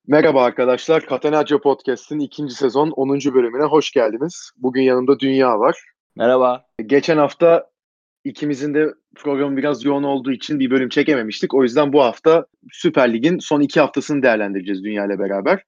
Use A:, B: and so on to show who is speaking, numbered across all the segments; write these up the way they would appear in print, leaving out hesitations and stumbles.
A: Merhaba arkadaşlar, Catenaccio Podcast'in ikinci sezon 10. bölümüne hoş geldiniz. Bugün yanımda Dünya var.
B: Merhaba.
A: Geçen hafta ikimizin de programı biraz yoğun olduğu için bir bölüm çekememiştik. O yüzden bu hafta Süper Lig'in son 2 haftasını değerlendireceğiz Dünya ile beraber.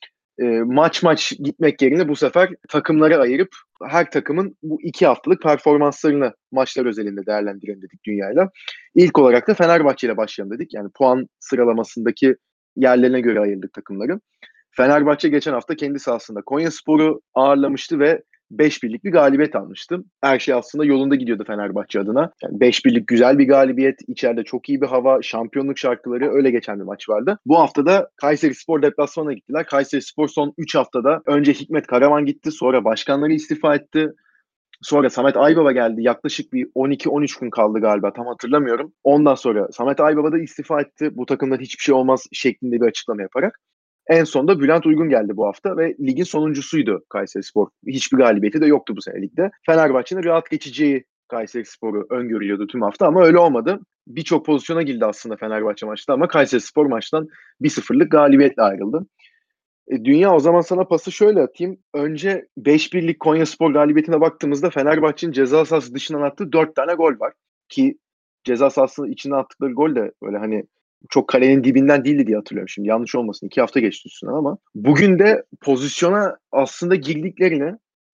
A: Maç gitmek yerine bu sefer takımlara ayırıp her takımın bu 2 haftalık performanslarını maçlar özelinde değerlendirelim dedik Dünya'yla. İlk olarak da Fenerbahçe ile başlayalım dedik. Yani puan sıralamasındaki yerlerine göre ayırdık takımları. Fenerbahçe geçen hafta kendi sahasında Konyaspor'u ağırlamıştı ve 5-1'lik bir galibiyet almıştı. Her şey aslında yolunda gidiyordu Fenerbahçe adına. Yani 5-1'lik güzel bir galibiyet, içeride çok iyi bir hava, şampiyonluk şarkıları, öyle geçen bir maç vardı. Bu hafta da Kayserispor deplasmana gittiler. Kayserispor son 3 haftada önce Hikmet Karaman gitti, sonra başkanları istifa etti. Sonra Samet Aybaba geldi. Yaklaşık bir 12-13 gün kaldı galiba. Tam hatırlamıyorum. Ondan sonra Samet Aybaba da istifa etti. Bu takımdan hiçbir şey olmaz şeklinde bir açıklama yaparak. En sonunda Bülent Uygun geldi bu hafta ve ligin sonuncusuydu Kayserispor. Hiçbir galibiyeti de yoktu bu sene ligde. Fenerbahçe'nin rahat geçeceği Kayserispor'u öngörülüyordu tüm hafta ama öyle olmadı. Birçok pozisyona girdi aslında Fenerbahçe maçta ama Kayserispor maçtan 1-0'lık galibiyetle ayrıldı. Dünya, o zaman sana pası şöyle atayım. Önce 5-1'lik Konyaspor galibiyetine baktığımızda Fenerbahçe'nin ceza sahası dışından attığı 4 tane gol var. Ki ceza sahası içinden attıkları gol de böyle hani çok kalenin dibinden değildi diye hatırlıyorum şimdi. Yanlış olmasın. 2 hafta geçti üstünden ama. Bugün de pozisyona aslında girdiklerini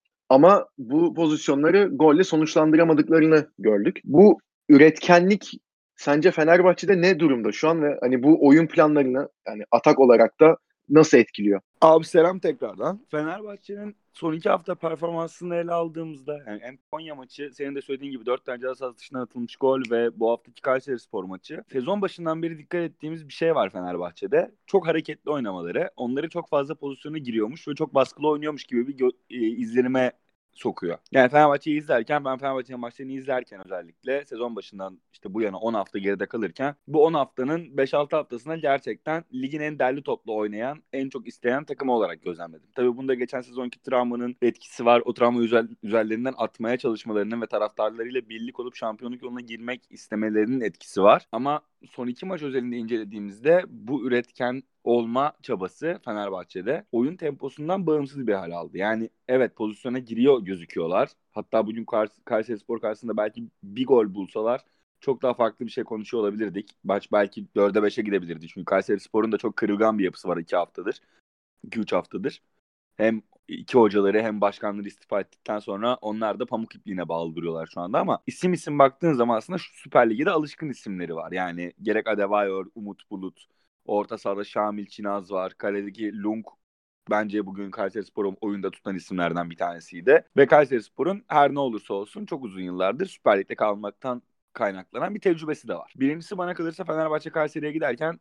A: ama bu pozisyonları golle sonuçlandıramadıklarını gördük. Bu üretkenlik sence Fenerbahçe'de ne durumda şu an ve hani bu oyun planlarını yani atak olarak da nasıl etkiliyor?
B: Abi selam tekrardan. Fenerbahçe'nin son 2 hafta performansını ele aldığımızda yani hem Konya maçı senin de söylediğin gibi 4 tane ceza sahası dışından atılmış gol ve bu haftaki Kayserispor maçı. Sezon başından beri dikkat ettiğimiz bir şey var Fenerbahçe'de. Çok hareketli oynamaları. Onları çok fazla pozisyona giriyormuş ve çok baskılı oynuyormuş gibi bir izlenime sokuyor. Yani Fenerbahçe'yi izlerken ben Fenerbahçe'nin maçlarını izlerken özellikle sezon başından işte bu yana 10 hafta geride kalırken bu 10 haftanın 5-6 haftasında gerçekten ligin en derli toplu oynayan, en çok isteyen takımı olarak gözlemledim. Tabii bunda geçen sezonki travmanın etkisi var. O travma üzerlerinden atmaya çalışmalarının ve taraftarlarıyla birlik olup şampiyonluk yoluna girmek istemelerinin etkisi var. Ama son 2 maç özelinde incelediğimizde bu üretken olma çabası Fenerbahçe'de oyun temposundan bağımsız bir hal aldı. Yani evet pozisyona giriyor gözüküyorlar. Hatta bugün Kayserispor karşısında belki bir gol bulsalar çok daha farklı bir şey konuşuyor olabilirdik. Maç belki 4'e 5'e gidebilirdi. Çünkü Kayserispor'un da çok kırılgan bir yapısı var 2 haftadır. 2-3 haftadır. Hem iki hocaları hem başkanları istifa ettikten sonra onlar da pamuk ipliğine bağlı duruyorlar şu anda ama isim baktığın zaman aslında şu Süper Lig'de alışkın isimleri var. Yani gerek Adebayor, Umut Bulut, orta sahada Şamil Çinaz var. Kaledeki Lung bence bugün Kayserispor'u oyunda tutan isimlerden bir tanesiydi. Ve Kayserispor'un her ne olursa olsun çok uzun yıllardır Süper Lig'de kalmaktan kaynaklanan bir tecrübesi de var. Birincisi bana kalırsa Fenerbahçe Kayseri'ye giderken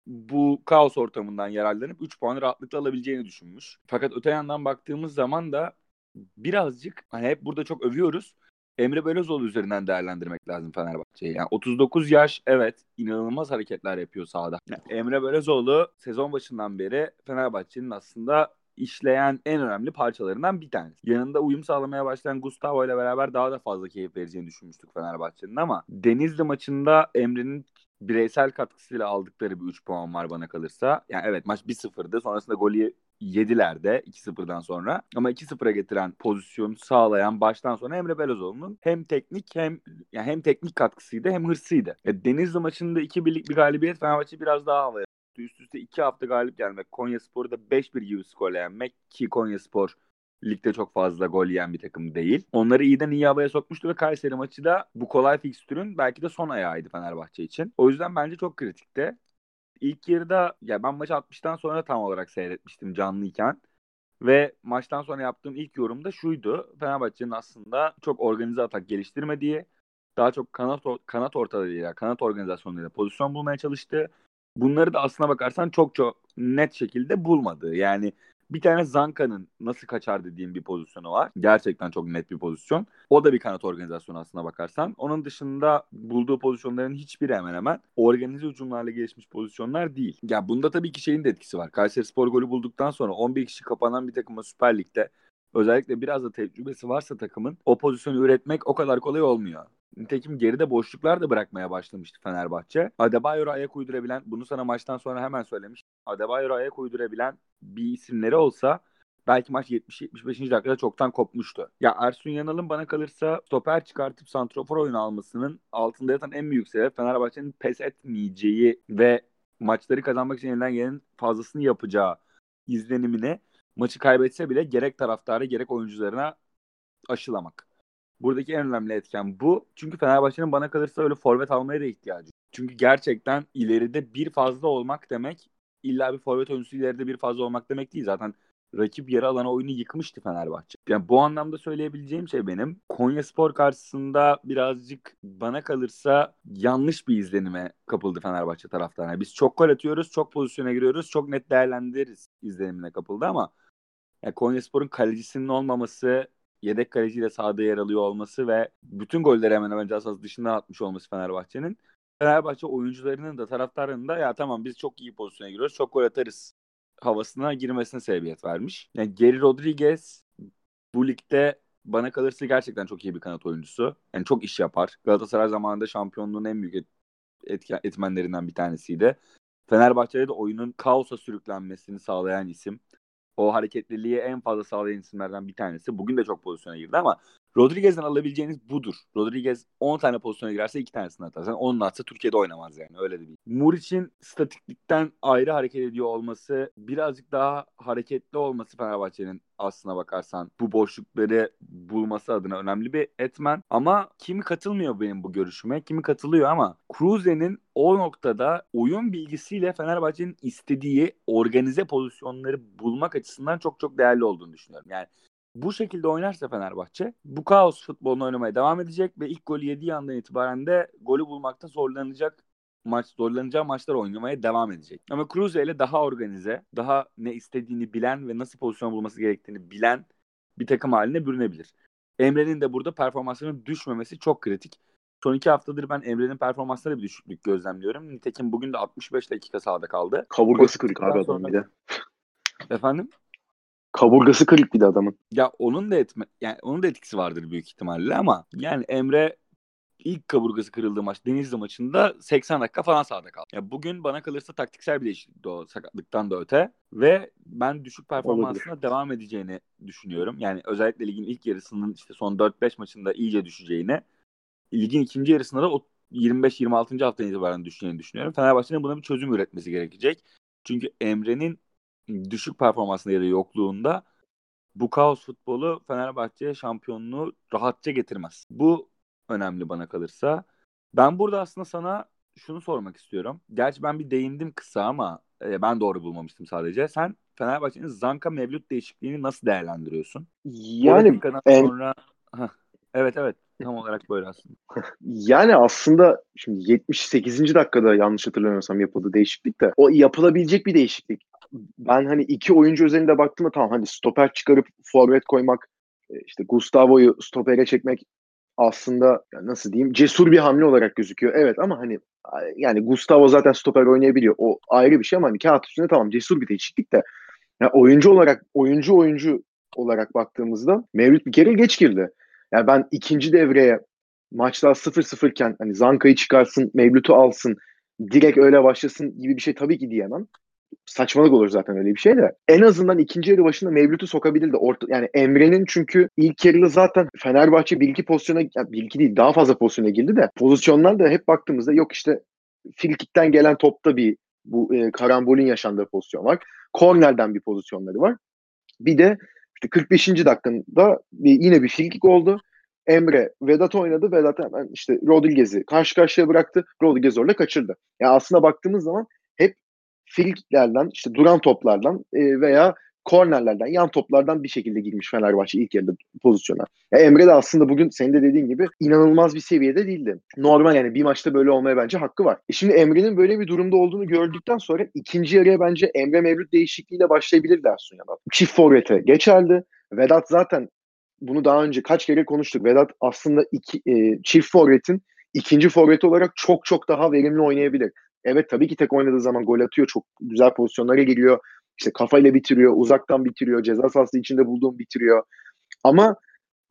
B: bu kaos ortamından yararlanıp 3 puanı rahatlıkla alabileceğini düşünmüş. Fakat öte yandan baktığımız zaman da birazcık hani hep burada çok övüyoruz. Emre Belözoğlu üzerinden değerlendirmek lazım Fenerbahçe'yi. Yani 39 yaş, evet, inanılmaz hareketler yapıyor sahada. Yani Emre Belözoğlu sezon başından beri Fenerbahçe'nin aslında işleyen en önemli parçalarından bir tanesi. Yanında uyum sağlamaya başlayan Gustavo ile beraber daha da fazla keyif vereceğini düşünmüştük Fenerbahçe'nin ama Denizli maçında Emre'nin bireysel katkısıyla aldıkları bir 3 puan var bana kalırsa. Yani evet maç 1-0'dı. Sonrasında golü yediler de 2-0'dan sonra. Ama 2-0'a getiren pozisyonu sağlayan baştan sona Emre Belözoğlu'nun hem teknik hem teknik katkısıydı hem hırsıydı. Denizli maçında 2-1'lik bir galibiyet Fenerbahçe biraz daha havaya. Üst üste 2 hafta galip gelmek, Konyaspor'u da 5-1 gibi skorla yenmek ki Konyaspor ligde çok fazla gol yiyen bir takım değil. Onları iyiden iyi havaya sokmuştu ve Kayseri maçı da bu kolay fikstürün belki de son ayağıydı Fenerbahçe için. O yüzden bence çok kritikti. İlk yarıda ya ben maçı 60'tan sonra tam olarak seyretmiştim canlıyken. Ve maçtan sonra yaptığım ilk yorum da şuydu. Fenerbahçe'nin aslında çok organize atak geliştirmediği, daha çok kanat ortalarıyla, kanat organizasyonlarıyla pozisyon bulmaya çalıştı. Bunları da aslına bakarsan çok net şekilde bulmadı. Yani bir tane Zanka'nın nasıl kaçar dediğim bir pozisyonu var. Gerçekten çok net bir pozisyon. O da bir kanat organizasyonu aslına bakarsan. Onun dışında bulduğu pozisyonların hiçbiri hemen hemen organize hücumlarla gelişmiş pozisyonlar değil. Ya bunda tabii ki şeyin de etkisi var. Kayserispor golü bulduktan sonra 11 kişi kapanan bir takıma Süper Lig'de özellikle biraz da tecrübesi varsa takımın o pozisyonu üretmek o kadar kolay olmuyor. Nitekim geride boşluklar da bırakmaya başlamıştı Fenerbahçe. Adebayor'a ayak uydurabilen, bunu sana maçtan sonra hemen söylemiş. Adebayor'a ayak uydurabilen bir isimleri olsa belki maç 70-75. dakikada çoktan kopmuştu. Ya Ersun Yanal'ın bana kalırsa stoper çıkartıp santrafor oyunu almasının altında yatan en büyük sebep Fenerbahçe'nin pes etmeyeceği ve maçları kazanmak için elinden gelenin fazlasını yapacağı izlenimini maçı kaybetse bile gerek taraftara gerek oyuncularına aşılamak. Buradaki en önemli etken bu. Çünkü Fenerbahçe'nin bana kalırsa öyle forvet almaya da ihtiyacı yok. Çünkü gerçekten ileride bir fazla olmak demek illa bir forvet oyuncusu ileride bir fazla olmak demek değil. Zaten rakip yarı alana oyunu yıkmıştı Fenerbahçe. Yani bu anlamda söyleyebileceğim şey benim Konyaspor karşısında birazcık bana kalırsa yanlış bir izlenime kapıldı Fenerbahçe taraftarına. Biz çok gol atıyoruz, çok pozisyona giriyoruz, çok net değerlendiririz izlenimine kapıldı ama yani Konyaspor'un kalecisinin olmaması, yedek kaleciyle sahada yer alıyor olması ve bütün golleri hemen hemen ceza sahası dışından atmış olması Fenerbahçe'nin. Fenerbahçe oyuncularının da taraftarının da ya tamam biz çok iyi pozisyona giriyoruz, çok gol atarız havasına girmesine sebebiyet vermiş. Yani Geri Rodriguez bu ligde bana kalırsa gerçekten çok iyi bir kanat oyuncusu. Yani çok iş yapar. Galatasaray zamanında şampiyonluğun en büyük etmenlerinden bir tanesiydi. Fenerbahçe'de de oyunun kaosa sürüklenmesini sağlayan isim. O hareketliliği en fazla sağlayan isimlerden bir tanesi. Bugün de çok pozisyona girdi ama Rodriguez'den alabileceğiniz budur. Rodriguez 10 tane pozisyona girerse 2 tanesini atar. Sen 10'unu atsa Türkiye'de oynamaz yani. Öyle de değil. Muriç'in statiklikten ayrı hareket ediyor olması, birazcık daha hareketli olması Fenerbahçe'nin aslına bakarsan bu boşlukları bulması adına önemli bir etmen. Ama kimi katılmıyor benim bu görüşüme, kimi katılıyor ama Kruse'nin o noktada oyun bilgisiyle Fenerbahçe'nin istediği organize pozisyonları bulmak açısından çok çok değerli olduğunu düşünüyorum. Yani bu şekilde oynarsa Fenerbahçe bu kaos futbolunu oynamaya devam edecek ve ilk golü yediği andan itibaren de golü bulmakta zorlanacağı maçlar oynamaya devam edecek. Ama Kruse ile daha organize, daha ne istediğini bilen ve nasıl pozisyon bulması gerektiğini bilen bir takım haline bürünebilir. Emre'nin de burada performansının düşmemesi çok kritik. Son 2 haftadır ben Emre'nin performanslarında bir düşüklük gözlemliyorum. Nitekim bugün de 65 dakika sahada kaldı.
A: Kaburgası kırık abi adamın
B: Sonra...
A: bir de.
B: Efendim?
A: Kaburgası kırık bir de adamın.
B: Ya onun da etkisi vardır büyük ihtimalle ama yani Emre ilk kaburgası kırıldığı maç Denizli maçında 80 dakika falan sahada kaldı. Ya bugün bana kalırsa taktiksel bir değişiklik o sakatlıktan da öte ve ben düşük
A: Olabilir.
B: performansına devam edeceğini düşünüyorum. Yani özellikle ligin ilk yarısının işte son 4-5 maçında iyice düşeceğini, ligin ikinci yarısında da o 25-26. haftadan itibaren düşeceğini düşünüyorum. Fenerbahçe'nin buna bir çözüm üretmesi gerekecek. Çünkü Emre'nin düşük performansında ya da yokluğunda bu kaos futbolu Fenerbahçe'ye şampiyonluğu rahatça getirmez. Bu önemli bana kalırsa. Ben burada aslında sana şunu sormak istiyorum. Gerçi ben bir değindim kısa ama ben doğru bulmamıştım sadece. Sen Fenerbahçe'nin Zanka Mevlüt değişikliğini nasıl değerlendiriyorsun? O
A: Yani
B: dakikadan
A: en,
B: sonra... Heh, evet evet, tam olarak böyle aslında.
A: Yani aslında şimdi 78. dakikada yanlış hatırlamıyorsam yapıldı değişiklik de o yapılabilecek bir değişiklik. Ben hani iki oyuncu özelinde baktığımda tamam hani stoper çıkarıp forvet koymak, işte Gustavo'yu stopere çekmek aslında nasıl diyeyim cesur bir hamle olarak gözüküyor. Evet ama hani yani Gustavo zaten stoper oynayabiliyor. O ayrı bir şey ama hani kağıt üstünde tamam cesur bir değişiklik de yani oyuncu olarak baktığımızda Mevlüt bir kere geç girdi. Yani ben ikinci devreye maçlar 0-0 iken hani Zanka'yı çıkarsın, Mevlüt'ü alsın, direkt öyle başlasın gibi bir şey tabii ki diyemem. Saçmalık olur zaten öyle bir şey de. En azından ikinci yarı başında Mevlüt'ü sokabildi. Yani Emre'nin çünkü ilk yarıda zaten Fenerbahçe bir iki pozisyona, yani bir iki değil daha fazla pozisyona girdi de pozisyonlar da hep baktığımızda yok işte frikikten gelen topta bir bu karambolün yaşandığı pozisyon var. Kornerden bir pozisyonları var. Bir de işte 45. dakikada yine bir frikik oldu. Emre Vedat oynadı. Vedat hemen işte Rodriguez'i karşı karşıya bıraktı. Rodriguez orada kaçırdı. Yani aslında baktığımız zaman hep frikiklerden, işte duran toplardan veya kornerlerden, yan toplardan bir şekilde girmiş Fenerbahçe ilk yarıda pozisyona. Ya Emre de aslında bugün senin de dediğin gibi inanılmaz bir seviyede değildi. Normal yani bir maçta böyle olmaya bence hakkı var. Şimdi Emre'nin böyle bir durumda olduğunu gördükten sonra ikinci yarıya bence Emre Mevlüt değişikliğiyle başlayabilir dersin ya da. Çift forvete geçerdi. Vedat zaten bunu daha önce kaç kere konuştuk. Vedat aslında çift forvetin ikinci forveti olarak çok çok daha verimli oynayabilir. Evet tabii ki tek oynadığı zaman gol atıyor. Çok güzel pozisyonlara giriyor. İşte kafayla bitiriyor, uzaktan bitiriyor, ceza sahası içinde bulduğum bitiriyor. Ama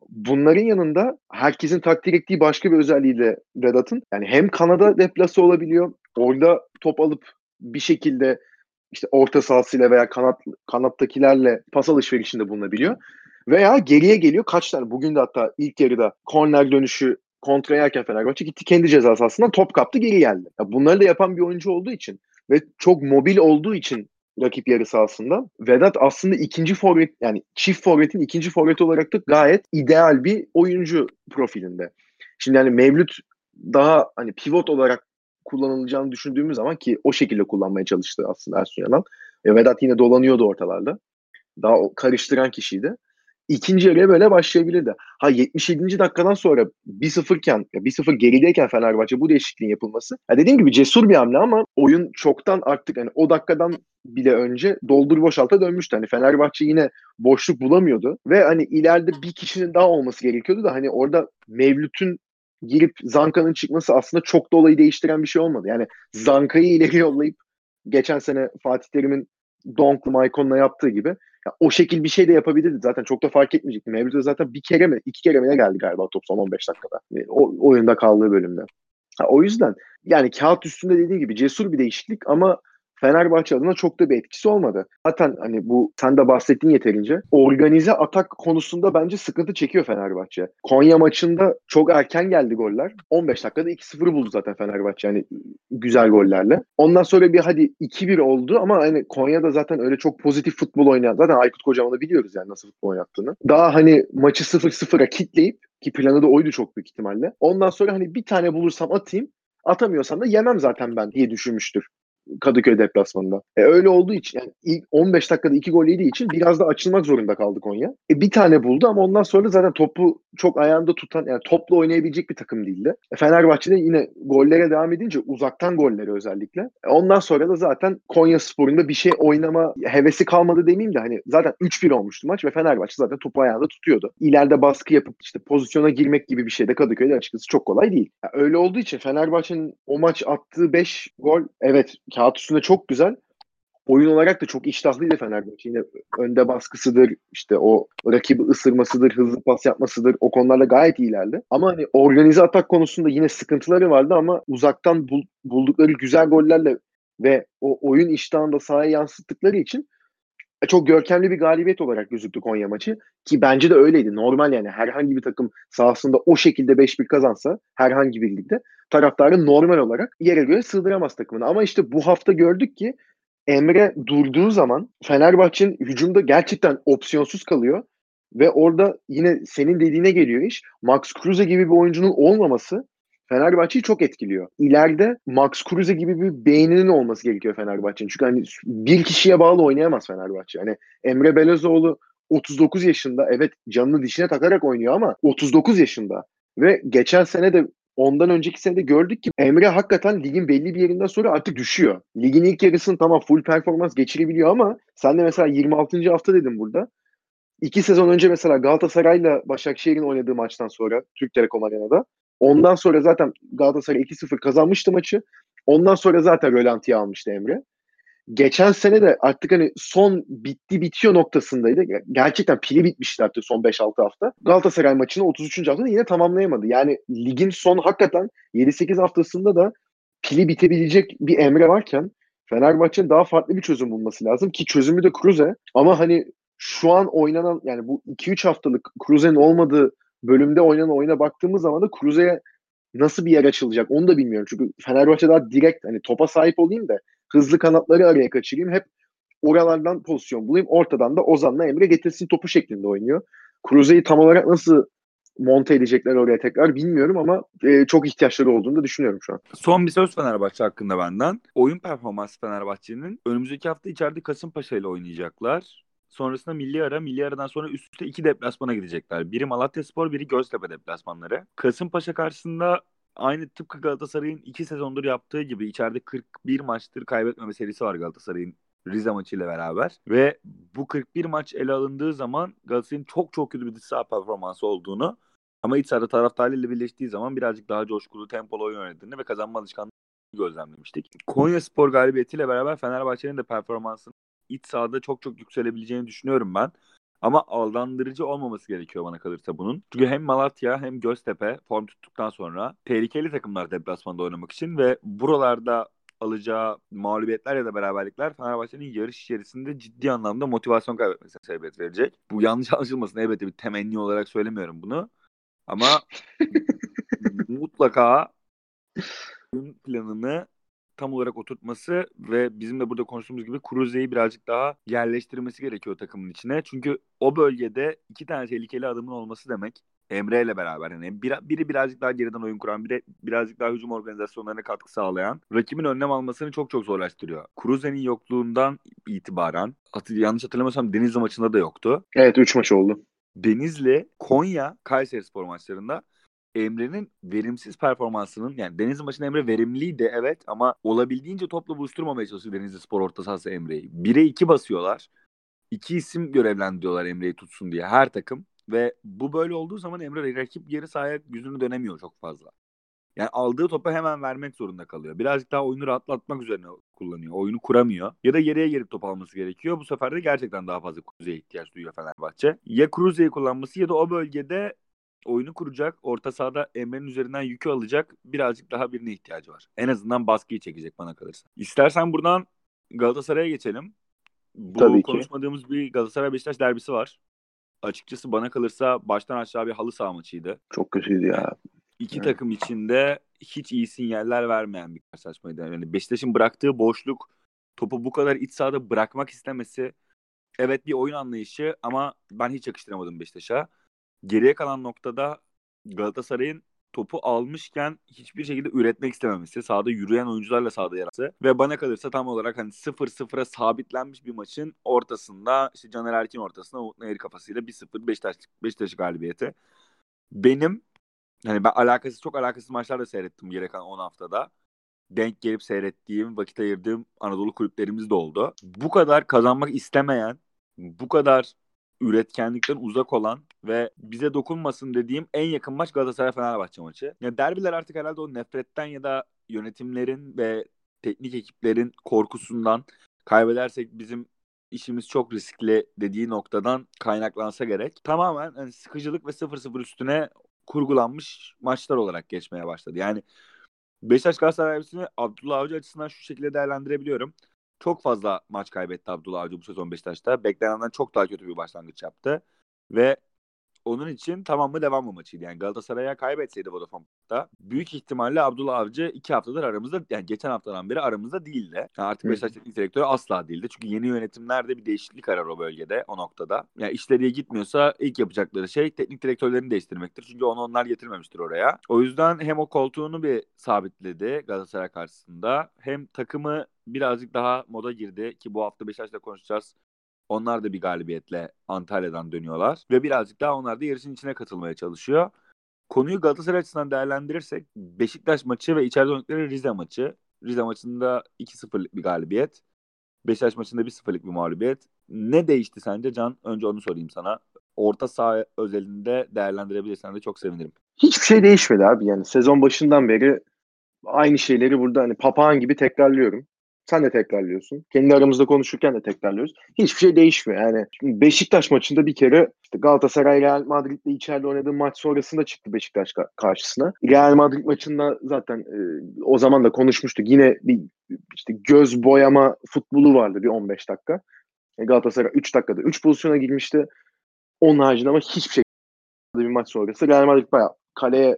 A: Bunların yanında herkesin takdir ettiği başka bir özelliği de Vedat'ın. Yani hem kanada deplase olabiliyor. Orada top alıp bir şekilde işte orta sahasıyla veya kanattakilerle pas alışverişinde bulunabiliyor. Veya geriye geliyor. Kaç tane? Bugün de hatta ilk yarıda korner dönüşü kontra yerken Fenerbahçe gitti kendi ceza sahasından top kaptı geri geldi. Ya bunları da yapan bir oyuncu olduğu için ve çok mobil olduğu için rakip yarı sahasında Vedat aslında ikinci forvet, yani çift forvetin ikinci forveti olarak da gayet ideal bir oyuncu profilinde. Şimdi yani Mevlüt daha hani pivot olarak kullanılacağını düşündüğümüz zaman, ki o şekilde kullanmaya çalıştı aslında Ersun Yanal. Vedat yine dolanıyordu ortalarda. Daha o karıştıran kişiydi. İkinci yarıya böyle başlayabilirdi. Ha, 77. dakikadan sonra 1-0 iken, 1-0 gerideyken Fenerbahçe bu değişikliğin yapılması. Ya dediğim gibi cesur bir hamle ama oyun çoktan artık hani o dakikadan bile önce doldur boşalta dönmüştü. Hani Fenerbahçe yine boşluk bulamıyordu ve hani ileride bir kişinin daha olması gerekiyordu da hani orada Mevlüt'ün girip Zanka'nın çıkması aslında çok da olayı değiştiren bir şey olmadı. Yani Zanka'yı ileri yollayıp geçen sene Fatih Terim'in Donk'la Maikon'la yaptığı gibi ya, o şekil bir şey de yapabilirdi. Zaten çok da fark etmeyecekti. Mevlüt'e zaten bir kere mi, iki kere mi ne geldi galiba top son 15 dakikada. O oyunda kaldığı bölümde. Ha, o yüzden yani kağıt üstünde dediğim gibi cesur bir değişiklik ama Fenerbahçe adına çok da bir etkisi olmadı. Zaten hani bu sen de bahsettiğin yeterince organize atak konusunda bence sıkıntı çekiyor Fenerbahçe. Konya maçında çok erken geldi goller. 15 dakikada 2-0 buldu zaten Fenerbahçe yani güzel gollerle. Ondan sonra bir hadi 2-1 oldu ama hani Konya'da zaten öyle çok pozitif futbol oynayan, zaten Aykut Kocaman'ı biliyoruz yani nasıl futbol oynattığını. Daha hani maçı 0-0'a kitleyip, ki planı da oydu çok büyük ihtimalle. Ondan sonra hani bir tane bulursam atayım, atamıyorsam da yemem zaten ben diye düşünmüştür Kadıköy deplasmanında. Öyle olduğu için yani ilk 15 dakikada 2 gol yediği için biraz da açılmak zorunda kaldı Konya. Bir tane buldu ama ondan sonra zaten topu çok ayağında tutan, yani topla oynayabilecek bir takım değildi. Fenerbahçe'de yine gollere devam edince, uzaktan golleri özellikle. Ondan sonra da zaten Konyaspor'un da bir şey oynama hevesi kalmadı demeyeyim de hani zaten 3-1 olmuştu maç ve Fenerbahçe zaten topu ayağında tutuyordu. İleride baskı yapıp işte pozisyona girmek gibi bir şey de Kadıköy'de açıkçası çok kolay değil. Öyle olduğu için Fenerbahçe'nin o maç attığı 5 gol, evet, kağıt üstünde çok güzel. Oyun olarak da çok iştahlıydı Fenerbahçe. Yine önde baskısıdır, işte o rakibi ısırmasıdır, hızlı pas yapmasıdır. O konularla gayet iyilerdi. Ama hani organize atak konusunda yine sıkıntıları vardı ama uzaktan buldukları güzel gollerle ve o oyun iştahını da sahaya yansıttıkları için çok görkemli bir galibiyet olarak gözüktü Konya maçı. Ki bence de öyleydi. Normal yani herhangi bir takım sahasında o şekilde 5-1 kazansa herhangi bir ligde taraftarı normal olarak yere göre sığdıramaz takımını. Ama işte bu hafta gördük ki Emre durduğu zaman Fenerbahçe'nin hücumda gerçekten opsiyonsuz kalıyor. Ve orada yine senin dediğine geliyor iş. Max Kruse gibi bir oyuncunun olmaması Fenerbahçe'yi çok etkiliyor. İleride Max Kruse gibi bir beyninin olması gerekiyor Fenerbahçe'nin. Çünkü hani bir kişiye bağlı oynayamaz Fenerbahçe. Hani Emre Belözoğlu 39 yaşında, evet, canını dişine takarak oynuyor ama 39 yaşında. Ve geçen sene de, ondan önceki sene de gördük ki Emre hakikaten ligin belli bir yerinden sonra artık düşüyor. Ligin ilk yarısını tamam full performans geçirebiliyor ama sen de mesela 26. hafta dedim burada. 2 sezon önce mesela Galatasaray'la Başakşehir'in oynadığı maçtan sonra Türk Telekom Arena'da. Ondan sonra zaten Galatasaray 2-0 kazanmıştı maçı. Ondan sonra zaten rölantiye almıştı Emre. Geçen sene de artık hani son bitti bitiyor noktasındaydı. Gerçekten pili bitmişti artık son 5-6 hafta. Galatasaray maçını 33. haftada yine tamamlayamadı. Yani ligin son hakikaten 7-8 haftasında da pili bitebilecek bir Emre varken Fenerbahçe'nin daha farklı bir çözüm bulması lazım ki çözümü de Kruse. Ama hani şu an oynanan, yani bu 2-3 haftalık Kruse'nin olmadığı bölümde oynanan oyuna baktığımız zaman da Kruse'ye nasıl bir yer açılacak onu da bilmiyorum. Çünkü Fenerbahçe daha direkt hani topa sahip olayım da hızlı kanatları araya kaçırayım. Hep oralardan pozisyon bulayım. Ortadan da Ozan'la Emre getirsin topu şeklinde oynuyor. Kruse'yi tam olarak nasıl monte edecekler oraya tekrar bilmiyorum ama çok ihtiyaçları olduğunu da düşünüyorum şu an.
B: Son bir söz Fenerbahçe hakkında benden. Oyun performansı Fenerbahçe'nin önümüzdeki hafta içeride Kasımpaşa ile oynayacaklar. Sonrasında milli ara, milli aradan sonra üst üste 2 deplasmana gidecekler. Biri Malatyaspor, biri Göztepe deplasmanları. Kasımpaşa karşısında aynı tıpkı Galatasaray'ın 2 sezondur yaptığı gibi içeride 41 maçtır kaybetmeme serisi var Galatasaray'ın Rize maçıyla beraber. Ve bu 41 maç ele alındığı zaman Galatasaray'ın çok çok kötü bir dış saha performansı olduğunu, ama iç sahada taraftarlarıyla birleştiği zaman birazcık daha coşkulu, tempolu oyun oynadığını ve kazanma alışkanlığını gözlemlemiştik. Konyaspor galibiyetiyle beraber Fenerbahçe'nin de performansının iç sahada çok çok yükselebileceğini düşünüyorum ben. Ama aldandırıcı olmaması gerekiyor bana kalırsa bunun. Çünkü hem Malatya hem Göztepe form tuttuktan sonra tehlikeli takımlar deplasmanda oynamak için ve buralarda alacağı mağlubiyetler ya da beraberlikler Fenerbahçe'nin yarış içerisinde ciddi anlamda motivasyon kaybetmesine sebebiyet verecek. Bu yanlış anlaşılmasın, elbette bir temenni olarak söylemiyorum bunu. Ama mutlaka oyun planını tam olarak oturtması ve bizim de burada konuştuğumuz gibi Kruse'yi birazcık daha yerleştirmesi gerekiyor takımın içine. Çünkü o bölgede iki tane tehlikeli adamın olması demek Emre ile beraber. Yani biri birazcık daha geriden oyun kuran, biri birazcık daha hücum organizasyonlarına katkı sağlayan, rakibin önlem almasını çok çok zorlaştırıyor. Kruse'nin yokluğundan itibaren, yanlış hatırlamıyorsam Denizli maçında da yoktu.
A: Evet, 3 maç oldu.
B: Denizli, Konya, Kayserispor maçlarında Emre'nin verimsiz performansının, yani Denizli maçında Emre verimliydi evet, ama olabildiğince topla buluşturmamaya çalışıyor Denizlispor orta sahası Emre'yi. 1'e 2 basıyorlar. 2 isim görevlendiriyorlar Emre'yi tutsun diye her takım. Ve bu böyle olduğu zaman Emre rakip geri sahaya yüzünü dönemiyor çok fazla. Yani aldığı topu hemen vermek zorunda kalıyor. Birazcık daha oyunu rahatlatmak üzerine kullanıyor. Oyunu kuramıyor. Ya da geriye gelip top alması gerekiyor. Bu sefer de gerçekten daha fazla Kruse'ye ihtiyaç duyuyor Fenerbahçe. Ya Kruse'yi kullanması ya da o bölgede oyunu kuracak, orta sahada Emre'nin üzerinden yükü alacak birazcık daha birine ihtiyacı var. En azından baskıyı çekecek bana kalırsa. İstersen buradan Galatasaray'a geçelim. Bu
A: Tabii ki.
B: konuşmadığımız bir Galatasaray-Beşiktaş derbisi var. Açıkçası bana kalırsa baştan aşağı bir halı saha maçıydı.
A: Çok kötüydü
B: Yani
A: ya.
B: iki
A: Yani
B: takım içinde hiç iyi sinyaller vermeyen bir karşılaşmaydı. Yani Beşiktaş'ın bıraktığı boşluk, topu bu kadar iç sahada bırakmak istemesi, evet bir oyun anlayışı ama ben hiç yakıştıramadım Beşiktaş'a. Geriye kalan noktada Galatasaray'ın topu almışken hiçbir şekilde üretmek istememesi, sahada yürüyen oyuncularla sahada yaratması ve bana kalırsa tam olarak hani 0-0'a sabitlenmiş bir maçın ortasında, işte Caner Erkin ortasında Umut Nayır kafasıyla 1-0 Beşiktaş galibiyeti. Benim, hani ben çok alakasız maçlar da seyrettim geri kalan 10 haftada. Denk gelip seyrettiğim, vakit ayırdığım Anadolu kulüplerimiz de oldu. Bu kadar kazanmak istemeyen, bu kadar üretkenlikten uzak olan ve bize dokunmasın dediğim en yakın maç Galatasaray-Fenerbahçe maçı. Ya derbiler artık herhalde o nefretten ya da yönetimlerin ve teknik ekiplerin korkusundan, kaybedersek bizim işimiz çok riskli dediği noktadan kaynaklansa gerek. Tamamen hani sıkıcılık ve 0-0 üstüne kurgulanmış maçlar olarak geçmeye başladı. Yani Beşiktaş Galatasaray derbisini Abdullah Avcı açısından şu şekilde değerlendirebiliyorum. Çok fazla maç kaybetti Abdullah Avcı bu sezon Beşiktaş'ta. Beklenenden çok daha kötü bir başlangıç yaptı. Ve onun için tamam mı devam mı maçıydı. Yani Galatasaray'a kaybetseydi Vodafone Park'ta büyük ihtimalle Abdullah Avcı 2 haftadır aramızda, yani geçen haftadan beri aramızda değildi. Yani artık
A: hı.
B: Beşiktaş teknik direktörü asla değildi. Çünkü yeni yönetimlerde bir değişiklik arar o bölgede, o noktada. Yani işleri iyi gitmiyorsa ilk yapacakları şey teknik direktörlerini değiştirmektir. Çünkü onu onlar getirmemiştir oraya. O yüzden hem o koltuğunu bir sabitledi Galatasaray karşısında, hem takımı birazcık daha moda girdi ki bu hafta Beşiktaş'la konuşacağız. Onlar da bir galibiyetle Antalya'dan dönüyorlar. Ve birazcık daha onlar da yarışın içine katılmaya çalışıyor. Konuyu Galatasaray açısından değerlendirirsek Beşiktaş maçı ve içeride oynadıkları Rize maçı. Rize maçında 2-0'lık bir galibiyet. Beşiktaş maçında 1-0'lık bir mağlubiyet. Ne değişti sence Can? Önce onu sorayım sana. Orta saha özelinde değerlendirebilirsen de çok sevinirim.
A: Hiçbir şey değişmedi abi. Yani sezon başından beri aynı şeyleri burada hani papağan gibi tekrarlıyorum. Sen de tekrarlıyorsun. Kendi aramızda konuşurken de tekrarlıyoruz. Hiçbir şey değişmiyor. Yani Beşiktaş maçında bir kere işte Galatasaray Real Madrid'le içeride oynadığı maç sonrasında çıktı Beşiktaş karşısına. Real Madrid maçında zaten o zaman da konuşmuştuk. Yine bir işte göz boyama futbolu vardı bir 15 dakika. Galatasaray 3 dakikada 3 pozisyona girmişti. Onun haricinde ama hiçbir şey bir maç sonrası Real Madrid bayağı kaleye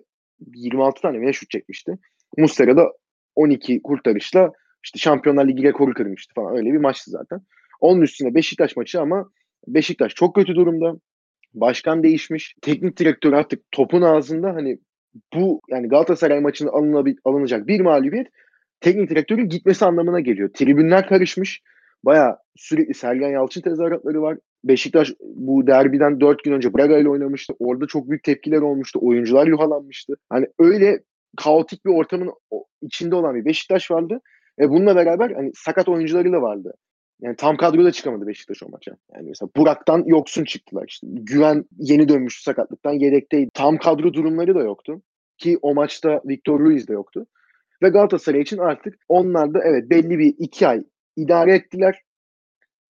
A: 26 tane mi ne şut çekmişti. Muslera da 12 kurtarışla işte Şampiyonlar Ligi rekoru kırmıştı falan. Öyle bir maçtı zaten. Onun üstüne Beşiktaş maçı ama Beşiktaş çok kötü durumda. Başkan değişmiş. Teknik direktör artık topun ağzında hani bu yani Galatasaray maçında alınacak bir mağlubiyet teknik direktörün gitmesi anlamına geliyor. Tribünler karışmış. Baya sürekli Sergen Yalçın tezahüratları var. Beşiktaş bu derbiden 4 gün önce Braga ile oynamıştı. Orada çok büyük tepkiler olmuştu. Oyuncular yuhalanmıştı. Hani öyle kaotik bir ortamın içinde olan bir Beşiktaş vardı. Bununla beraber hani sakat oyuncuları da vardı. Yani tam kadroda çıkamadı Beşiktaş o maça. Yani mesela Burak'tan yoksun çıktılar. İşte Güven yeni dönmüştü sakatlıktan yedekteydi. Tam kadro durumları da yoktu. Ki o maçta Victor Ruiz de yoktu. Ve Galatasaray için artık onlar da evet belli bir 2 ay idare ettiler.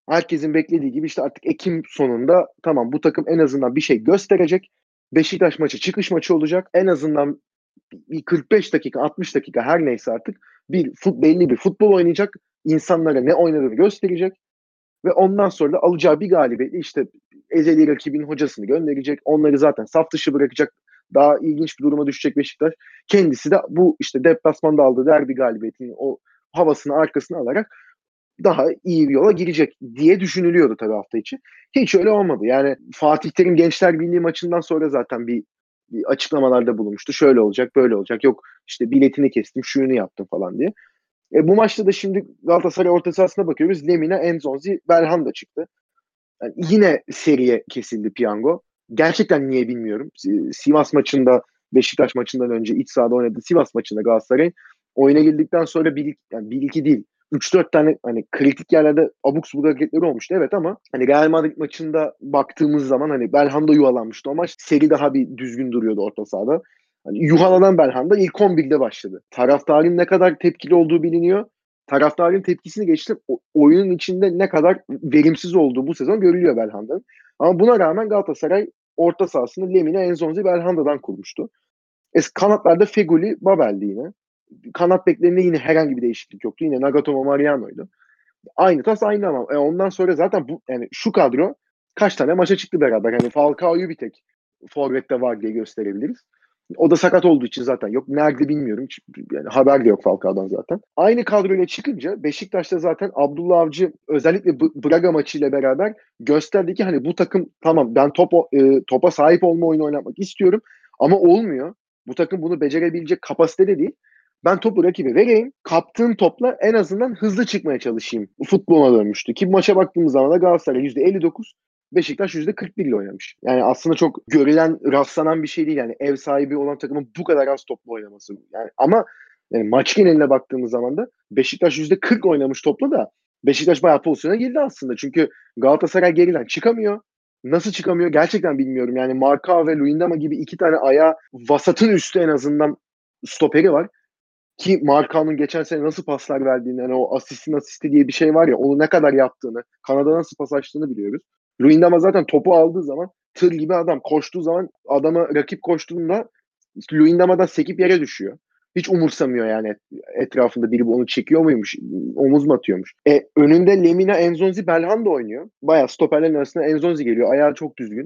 A: Herkesin beklediği gibi işte artık Ekim sonunda tamam bu takım en azından bir şey gösterecek. Beşiktaş maçı çıkış maçı olacak. En azından bir 45 dakika 60 dakika her neyse artık belli bir futbol oynayacak. İnsanlara ne oynadığını gösterecek. Ve ondan sonra da alacağı bir galibiyetle işte ezeli rakibin hocasını gönderecek. Onları zaten saf dışı bırakacak. Daha ilginç bir duruma düşecek Beşiktaş. Kendisi de bu işte deplasmanda aldığı derbi galibiyetinin o havasını arkasına alarak daha iyi bir yola girecek diye düşünülüyordu tabii hafta içi. Hiç öyle olmadı. Yani Fatih Terim Gençler Birliği maçından sonra zaten bir açıklamalarda bulunmuştu. Şöyle olacak, böyle olacak. Yok işte biletini kestim, şunu yaptım falan diye. Bu maçta da şimdi Galatasaray orta sahasına bakıyoruz. Lemina, Enzonzi, Belhanda çıktı. Yani yine seriye kesildi piyango. Gerçekten niye bilmiyorum. Sivas maçında, Beşiktaş maçından önce iç sahada oynadı. Sivas maçında Galatasaray oyuna girdikten sonra yani bir iki değil. Üç dört tane hani kritik yerlerde abuk subuk hareketleri olmuştu. Evet ama hani Real Madrid maçında baktığımız zaman hani Belhanda yuvalanmıştı o maç. Seri daha bir düzgün duruyordu orta sahada. Hani yuhalanan Belhanda ilk 11'de başladı. Taraftarın ne kadar tepkili olduğu biliniyor. Taraftarın tepkisini geçtim. Oyunun içinde ne kadar verimsiz olduğu bu sezon görülüyor Belhanda'nın. Ama buna rağmen Galatasaray orta sahasını Lemina, Enzonzi, Belhanda'dan kurmuştu. Kanatlarda Feguli, Babel'di yine. Kanat beklerinde yine herhangi bir değişiklik yoktu. Yine Nagatomo Mariano'ydu. Aynı tas aynı ama ondan sonra zaten bu yani şu kadro kaç tane maça çıktı beraber. Hani Falcao'yu bir tek forvette var diye gösterebiliriz. O da sakat olduğu için zaten yok. Nerede bilmiyorum. Yani haber de yok Falcao'dan zaten. Aynı kadroyla çıkınca Beşiktaş'ta zaten Abdullah Avcı özellikle Braga maçıyla beraber gösterdi ki hani bu takım tamam ben topa sahip olma oyunu oynatmak istiyorum ama olmuyor. Bu takım bunu becerebilecek kapasitede değil. Ben topu rakibe vereyim. Kaptığım topla en azından hızlı çıkmaya çalışayım. Futbola dönmüştü. Ki maça baktığımız zaman da Galatasaray %59, Beşiktaş %41 ile oynamış. Yani aslında çok görülen, rastlanan bir şey değil. Yani ev sahibi olan takımın bu kadar az topla oynaması. Yani ama yani maç geneline baktığımız zaman da Beşiktaş %40 oynamış topla da Beşiktaş bayağı pozisyona girdi aslında. Çünkü Galatasaray geriden çıkamıyor. Nasıl çıkamıyor gerçekten bilmiyorum. Yani Marka ve Luyendama gibi iki tane ayağı vasatın üstü en azından stoperi var. Ki Markan'ın geçen sene nasıl paslar verdiğini, yani o asistin asisti diye bir şey var ya, onu ne kadar yaptığını, kanada nasıl pas açtığını biliyoruz. Luyendama zaten topu aldığı zaman tır gibi adam koştuğu zaman adama rakip koştuğunda Luyendama'dan sekip yere düşüyor. Hiç umursamıyor yani etrafında biri onu çekiyor muymuş, omuz mu atıyormuş. Önünde Lemina, Enzonzi, Belhanda oynuyor. Bayağı stoperlerin arasında Enzonzi geliyor. Ayağı çok düzgün.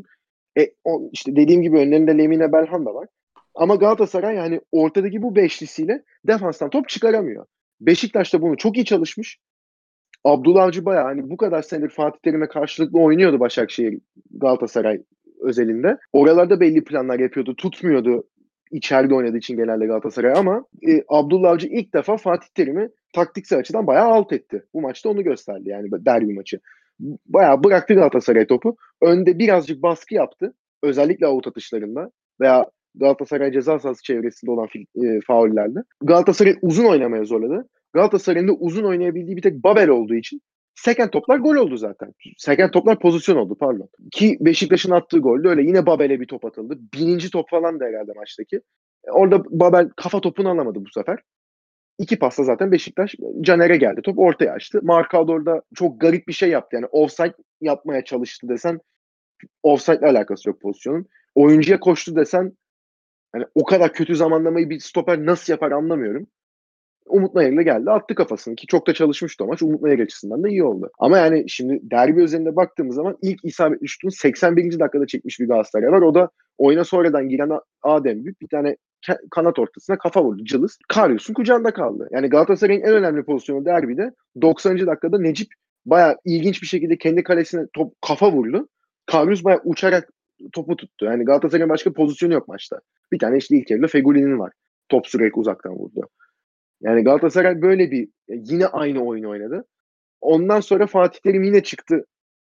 A: İşte dediğim gibi önlerinde Lemina, Belhanda var. Ama Galatasaray yani ortadaki bu beşlisiyle defanstan top çıkaramıyor. Beşiktaş da bunu çok iyi çalışmış. Abdullah Avcı bayağı hani bu kadar senedir Fatih Terim'e karşılıklı oynuyordu Başakşehir Galatasaray özelinde. Oralarda belli planlar yapıyordu. Tutmuyordu içeride oynadığı için genelde Galatasaray ama Abdullah Avcı ilk defa Fatih Terim'i taktiksel açıdan bayağı alt etti. Bu maçta onu gösterdi yani derbi maçı. Bayağı bıraktı Galatasaray topu. Önde birazcık baskı yaptı. Özellikle avut atışlarında veya Galatasaray ceza sahası çevresinde olan faullerde. Galatasaray uzun oynamaya zorladı. Galatasaray'ın da uzun oynayabildiği bir tek Babel olduğu için seken toplar gol oldu zaten. Seken toplar pozisyon oldu pardon. Ki Beşiktaş'ın attığı gol de öyle. Yine Babel'e bir top atıldı. Birinci top falan da herhalde maçtaki. Orada Babel kafa topunu alamadı bu sefer. İki pasla zaten Beşiktaş Caner'e geldi. Top ortaya açtı. Marcao orada çok garip bir şey yaptı. Yani offside yapmaya çalıştı desen offside ile alakası yok pozisyonun. Oyuncuya koştu desen hani o kadar kötü zamanlamayı bir stoper nasıl yapar anlamıyorum. Umut Nayır'la geldi attı kafasını ki çok da çalışmıştı o maç. Umut Nayır açısından da iyi oldu. Ama yani şimdi derbi özelinde baktığımız zaman ilk isabetli şutunu 81. dakikada çekmiş bir Galatasaray var. O da oyuna sonradan giren Adem Büyük bir tane kanat ortasına kafa vurdu cılız. Karius'un kucağında kaldı. Yani Galatasaray'ın en önemli pozisyonu derbide 90. dakikada Necip bayağı ilginç bir şekilde kendi kalesine top kafa vurdu. Karius bayağı uçarak topu tuttu. Yani Galatasaray'ın başka pozisyonu yok maçta. Bir tane işte ilk yarıda Fegüli'nin var. Top sürekli uzaktan vurdu. Yani Galatasaray böyle yine aynı oyunu oynadı. Ondan sonra Fatih Terim yine çıktı.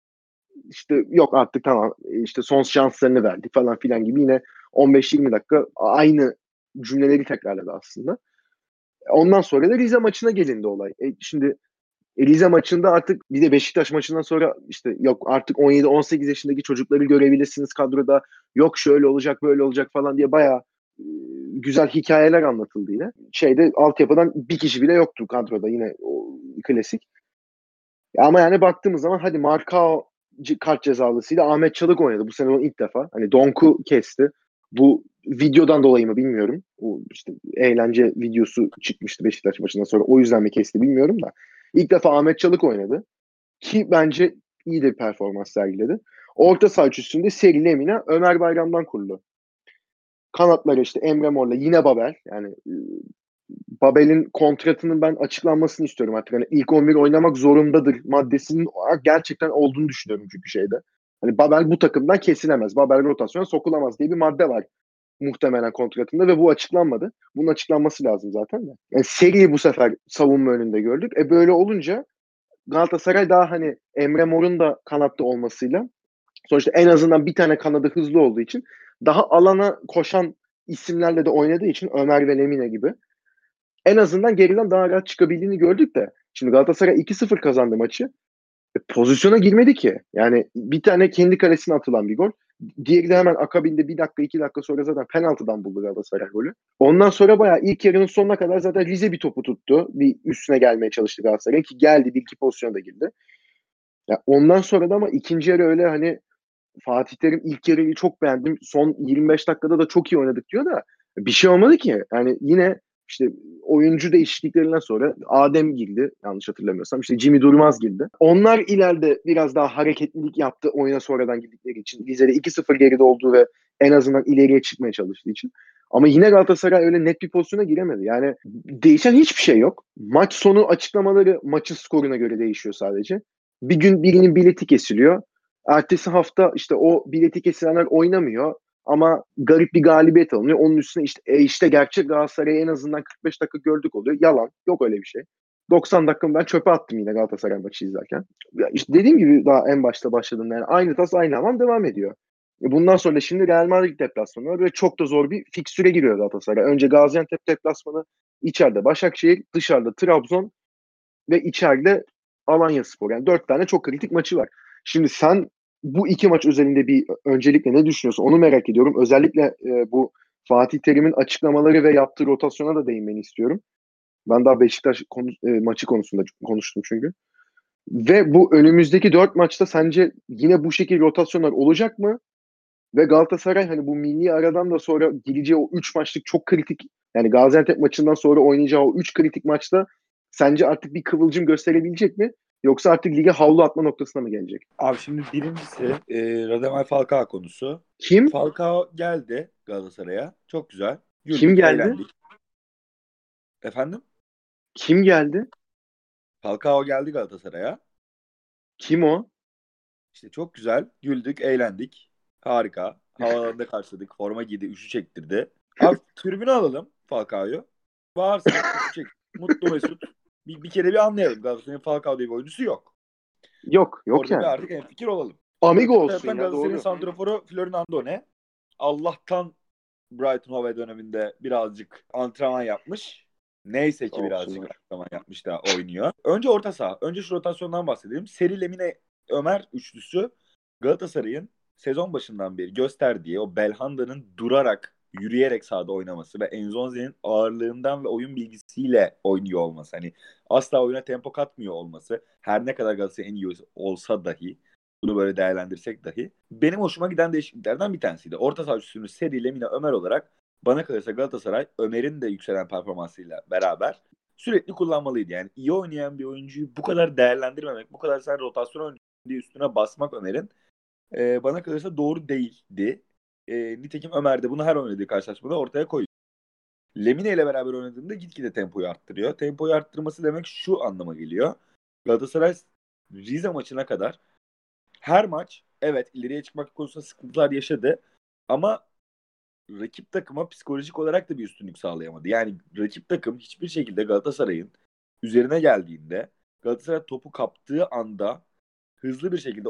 A: İşte yok artık tamam işte son şanslarını verdik falan filan gibi yine 15-20 dakika aynı cümleleri tekrarladı aslında. Ondan sonra da Rize maçına gelindi olay. Şimdi Rize maçında artık bir de Beşiktaş maçından sonra işte yok artık 17-18 yaşındaki çocukları görebilirsiniz kadroda. Yok şöyle olacak böyle olacak falan diye bayağı güzel hikayeler anlatıldı yine. Altyapıdan bir kişi bile yoktu kadroda yine o klasik. Ama yani baktığımız zaman hadi Markao kart cezalısıyla Ahmet Çalık oynadı. Bu sene o ilk defa. Hani Donk'u kesti. Bu videodan dolayı mı bilmiyorum. O işte eğlence videosu çıkmıştı Beşiktaş maçından sonra. O yüzden mi kesti bilmiyorum da. İlk defa Ahmet Çalık oynadı. Ki bence iyi de bir performans sergiledi. Orta saha üstünde Seri Lemina, Ömer Bayram'dan kurulu. Kanatları işte Emre Mor'la yine Babel. Yani Babel'in kontratının ben açıklanmasını istiyorum artık. Hani ilk 11 oynamak zorundadır maddesinin gerçekten olduğunu düşünüyorum çünkü şeyde. Hani Babel bu takımdan kesilemez. Babel rotasyona sokulamaz diye bir madde var muhtemelen kontratında ve bu açıklanmadı. Bunun açıklanması lazım zaten de. Yani seriyi bu sefer savunma önünde gördük. Böyle olunca Galatasaray daha hani Emre Mor'un da kanatta olmasıyla sonuçta en azından bir tane kanadı hızlı olduğu için daha alana koşan isimlerle de oynadığı için Ömer ve Lemine gibi en azından geriden daha rahat çıkabildiğini gördük de. Şimdi Galatasaray 2-0 kazandı maçı. Pozisyona girmedi ki. Yani bir tane kendi kalesine atılan bir gol. Diğeri de hemen akabinde 1 dakika 2 dakika sonra zaten penaltıdan buldu Galatasaray golü. Ondan sonra bayağı ilk yarının sonuna kadar zaten Rize bir topu tuttu. Bir üstüne gelmeye çalıştı Galatasaray ki geldi bir iki pozisyona da girdi. Ya ondan sonra da ama ikinci yarı öyle hani Fatih Terim ilk yarıyı çok beğendim. Son 25 dakikada da çok iyi oynadık diyor da bir şey olmadı ki. Yani yine işte oyuncu değişikliklerinden sonra Adem girdi yanlış hatırlamıyorsam. İşte Jimmy Durmaz girdi. Onlar ileride biraz daha hareketlilik yaptı oyuna sonradan girdikleri için. Rize'de 2-0 geride olduğu ve en azından ileriye çıkmaya çalıştığı için. Ama yine Galatasaray öyle net bir pozisyona giremedi. Yani değişen hiçbir şey yok. Maç sonu açıklamaları maçın skoruna göre değişiyor sadece. Bir gün birinin bileti kesiliyor. Ertesi hafta işte o bileti kesilenler oynamıyor ama garip bir galibiyet alınıyor. Onun üstüne işte gerçek Galatasaray'ı en azından 45 dakika gördük oluyor. Yalan. Yok öyle bir şey. 90 dakikamı ben çöpe attım yine Galatasaray maçı izlerken. Ya işte dediğim gibi daha en başta başladım yani aynı tas aynı hamam devam ediyor. Bundan sonra şimdi Real Madrid deplasmanı var ve çok da zor bir fikstüre giriyor Galatasaray. Önce Gaziantep deplasmanı, içeride Başakşehir, dışarıda Trabzon ve içeride Alanyaspor. Yani 4 tane çok kritik maçı var. Şimdi sen bu iki maç özelinde bir öncelikle ne düşünüyorsun? Onu merak ediyorum. Özellikle bu Fatih Terim'in açıklamaları ve yaptığı rotasyona da değinmeni istiyorum. Ben daha Beşiktaş maçı konusunda konuştum çünkü. Ve bu önümüzdeki 4 maçta sence yine bu şekilde rotasyonlar olacak mı? Ve Galatasaray hani bu milli aradan da sonra gireceği o 3 maçlık çok kritik yani Gaziantep maçından sonra oynayacağı o 3 kritik maçta sence artık bir kıvılcım gösterebilecek mi? Yoksa artık lige havlu atma noktasına mı gelecek?
B: Abi şimdi birincisi Radamel Falcao konusu.
A: Kim?
B: Falcao geldi Galatasaray'a. Çok güzel.
A: Kim
B: Güldük,
A: geldi?
B: eğlendik. Efendim?
A: Kim geldi?
B: Falcao geldi Galatasaray'a.
A: Kim o?
B: İşte çok güzel. Güldük, eğlendik. Harika. Havalarında karşıladık. Forma giydi, üçü çektirdi. Abi tribüne alalım Falcao'yu. Bağırsın, üçü çek. Mutlu Mesut. Bir kere bir anlayalım. Galatasaray'ın Falcao diye bir oyuncusu yok.
A: Yok, yok
B: Orada bir
A: yani.
B: artık hemfikir olalım.
A: Amigo
B: Öte
A: olsun
B: taraftan
A: ya
B: Galatasaray'ın
A: doğru.
B: santraforu Florin Andone. Allah'tan Brighton Hove döneminde birazcık antrenman yapmış. Neyse
A: Sağ
B: ki birazcık
A: olsunlar.
B: antrenman yapmış da oynuyor. Önce orta saha. Önce şu rotasyondan bahsedelim. Seri Lemine Ömer üçlüsü Galatasaray'ın sezon başından beri gösterdiği o Belhanda'nın durarak, yürüyerek sahada oynaması ve Enzonzi'nin ağırlığından ve oyun bilgisiyle oynuyor olması. Hani asla oyuna tempo katmıyor olması. Her ne kadar Galatasaray en iyi olsa dahi bunu böyle değerlendirsek dahi benim hoşuma giden değişikliklerden bir tanesiydi. Orta saha üstünü Seri, Lemina, Ömer olarak bana kalırsa Galatasaray Ömer'in de yükselen performansıyla beraber sürekli kullanmalıydı. Yani iyi oynayan bir oyuncuyu bu kadar değerlendirmemek, bu kadar sen rotasyon oyuncusu diye üstüne basmak Ömer'in bana kalırsa doğru değildi. Nitekim Ömer de bunu her oynadığı karşılaşmada ortaya koyuyor. Lemine ile beraber oynadığında gitgide tempoyu arttırıyor. Tempoyu arttırması demek şu anlama geliyor. Galatasaray Rize maçına kadar her maç evet ileriye çıkmak konusunda sıkıntılar yaşadı ama rakip takıma psikolojik olarak da bir üstünlük sağlayamadı. Yani rakip takım hiçbir şekilde Galatasaray'ın üzerine geldiğinde Galatasaray topu kaptığı anda hızlı bir şekilde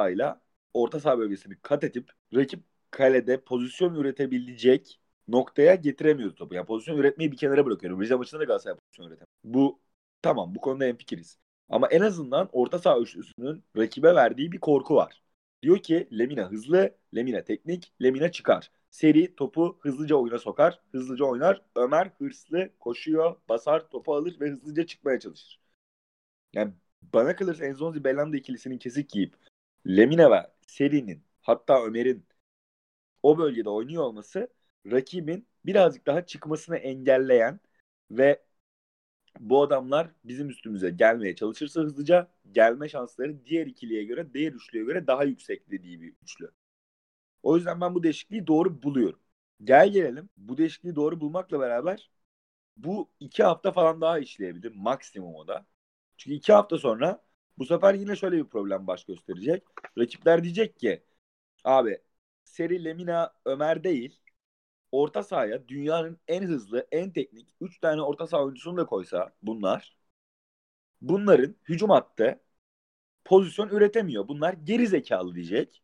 B: orta saha bölgesini kat edip rakip kalede pozisyon üretebilecek noktaya getiremiyordu topu. Yani pozisyon üretmeyi bir kenara bırakıyorum. Rize maçında da Galatasaray pozisyon üretemedi. Bu tamam bu konuda hemfikiriz. Ama en azından orta saha üçlüsünün rakibe verdiği bir korku var. Diyor ki Lemina hızlı, Lemina teknik, Lemina çıkar. Seri topu hızlıca oyuna sokar, hızlıca oynar. Ömer hırslı, koşuyor, basar, topu alır ve hızlıca çıkmaya çalışır. Yani Bana kalırsa Enzonzi Belhanda ikilisinin kesik giyip Lemina ve Seri'nin, hatta Ömer'in o bölgede oynuyor olması rakibin birazcık daha çıkmasını engelleyen ve bu adamlar bizim üstümüze gelmeye çalışırsa hızlıca gelme şansları diğer ikiliye göre, diğer üçlüye göre daha yüksek dediği bir üçlü. O yüzden ben bu değişikliği doğru buluyorum. Gel gelelim, bu değişikliği doğru bulmakla beraber bu 2 hafta falan daha işleyebilir maksimum o da. Çünkü 2 hafta sonra bu sefer yine şöyle bir problem baş gösterecek. Rakipler diyecek ki abi Seri, Lemina, Ömer değil, orta sahaya dünyanın en hızlı, en teknik 3 tane orta saha oyuncusunu da koysa bunların hücum hattı pozisyon üretemiyor. Bunlar geri zekalı diyecek.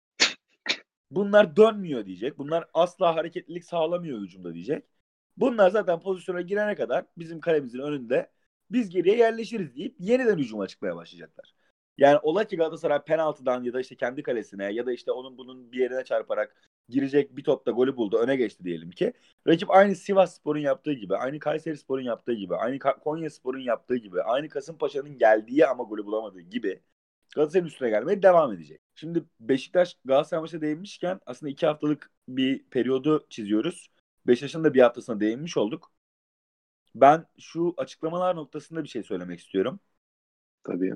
B: Bunlar dönmüyor diyecek. Bunlar asla hareketlilik sağlamıyor hücumda diyecek. Bunlar zaten pozisyona girene kadar bizim kalemizin önünde biz geriye yerleşiriz deyip yeniden hücuma çıkmaya başlayacaklar. Yani ola ki Galatasaray penaltıdan ya da işte kendi kalesine ya da işte onun bunun bir yerine çarparak girecek bir topta golü buldu, öne geçti diyelim ki. Rakip aynı Sivasspor'un yaptığı gibi, aynı Kayserispor'un yaptığı gibi, aynı Konyaspor'un yaptığı gibi, aynı Kasımpaşa'nın geldiği ama golü bulamadığı gibi Galatasaray'ın üstüne gelmeye devam edecek. Şimdi Beşiktaş Galatasaray maçına değinmişken aslında 2 haftalık bir periyodu çiziyoruz. Beşiktaş'ın da bir haftasına değinmiş olduk. Ben şu açıklamalar noktasında bir şey söylemek istiyorum.
A: Tabii.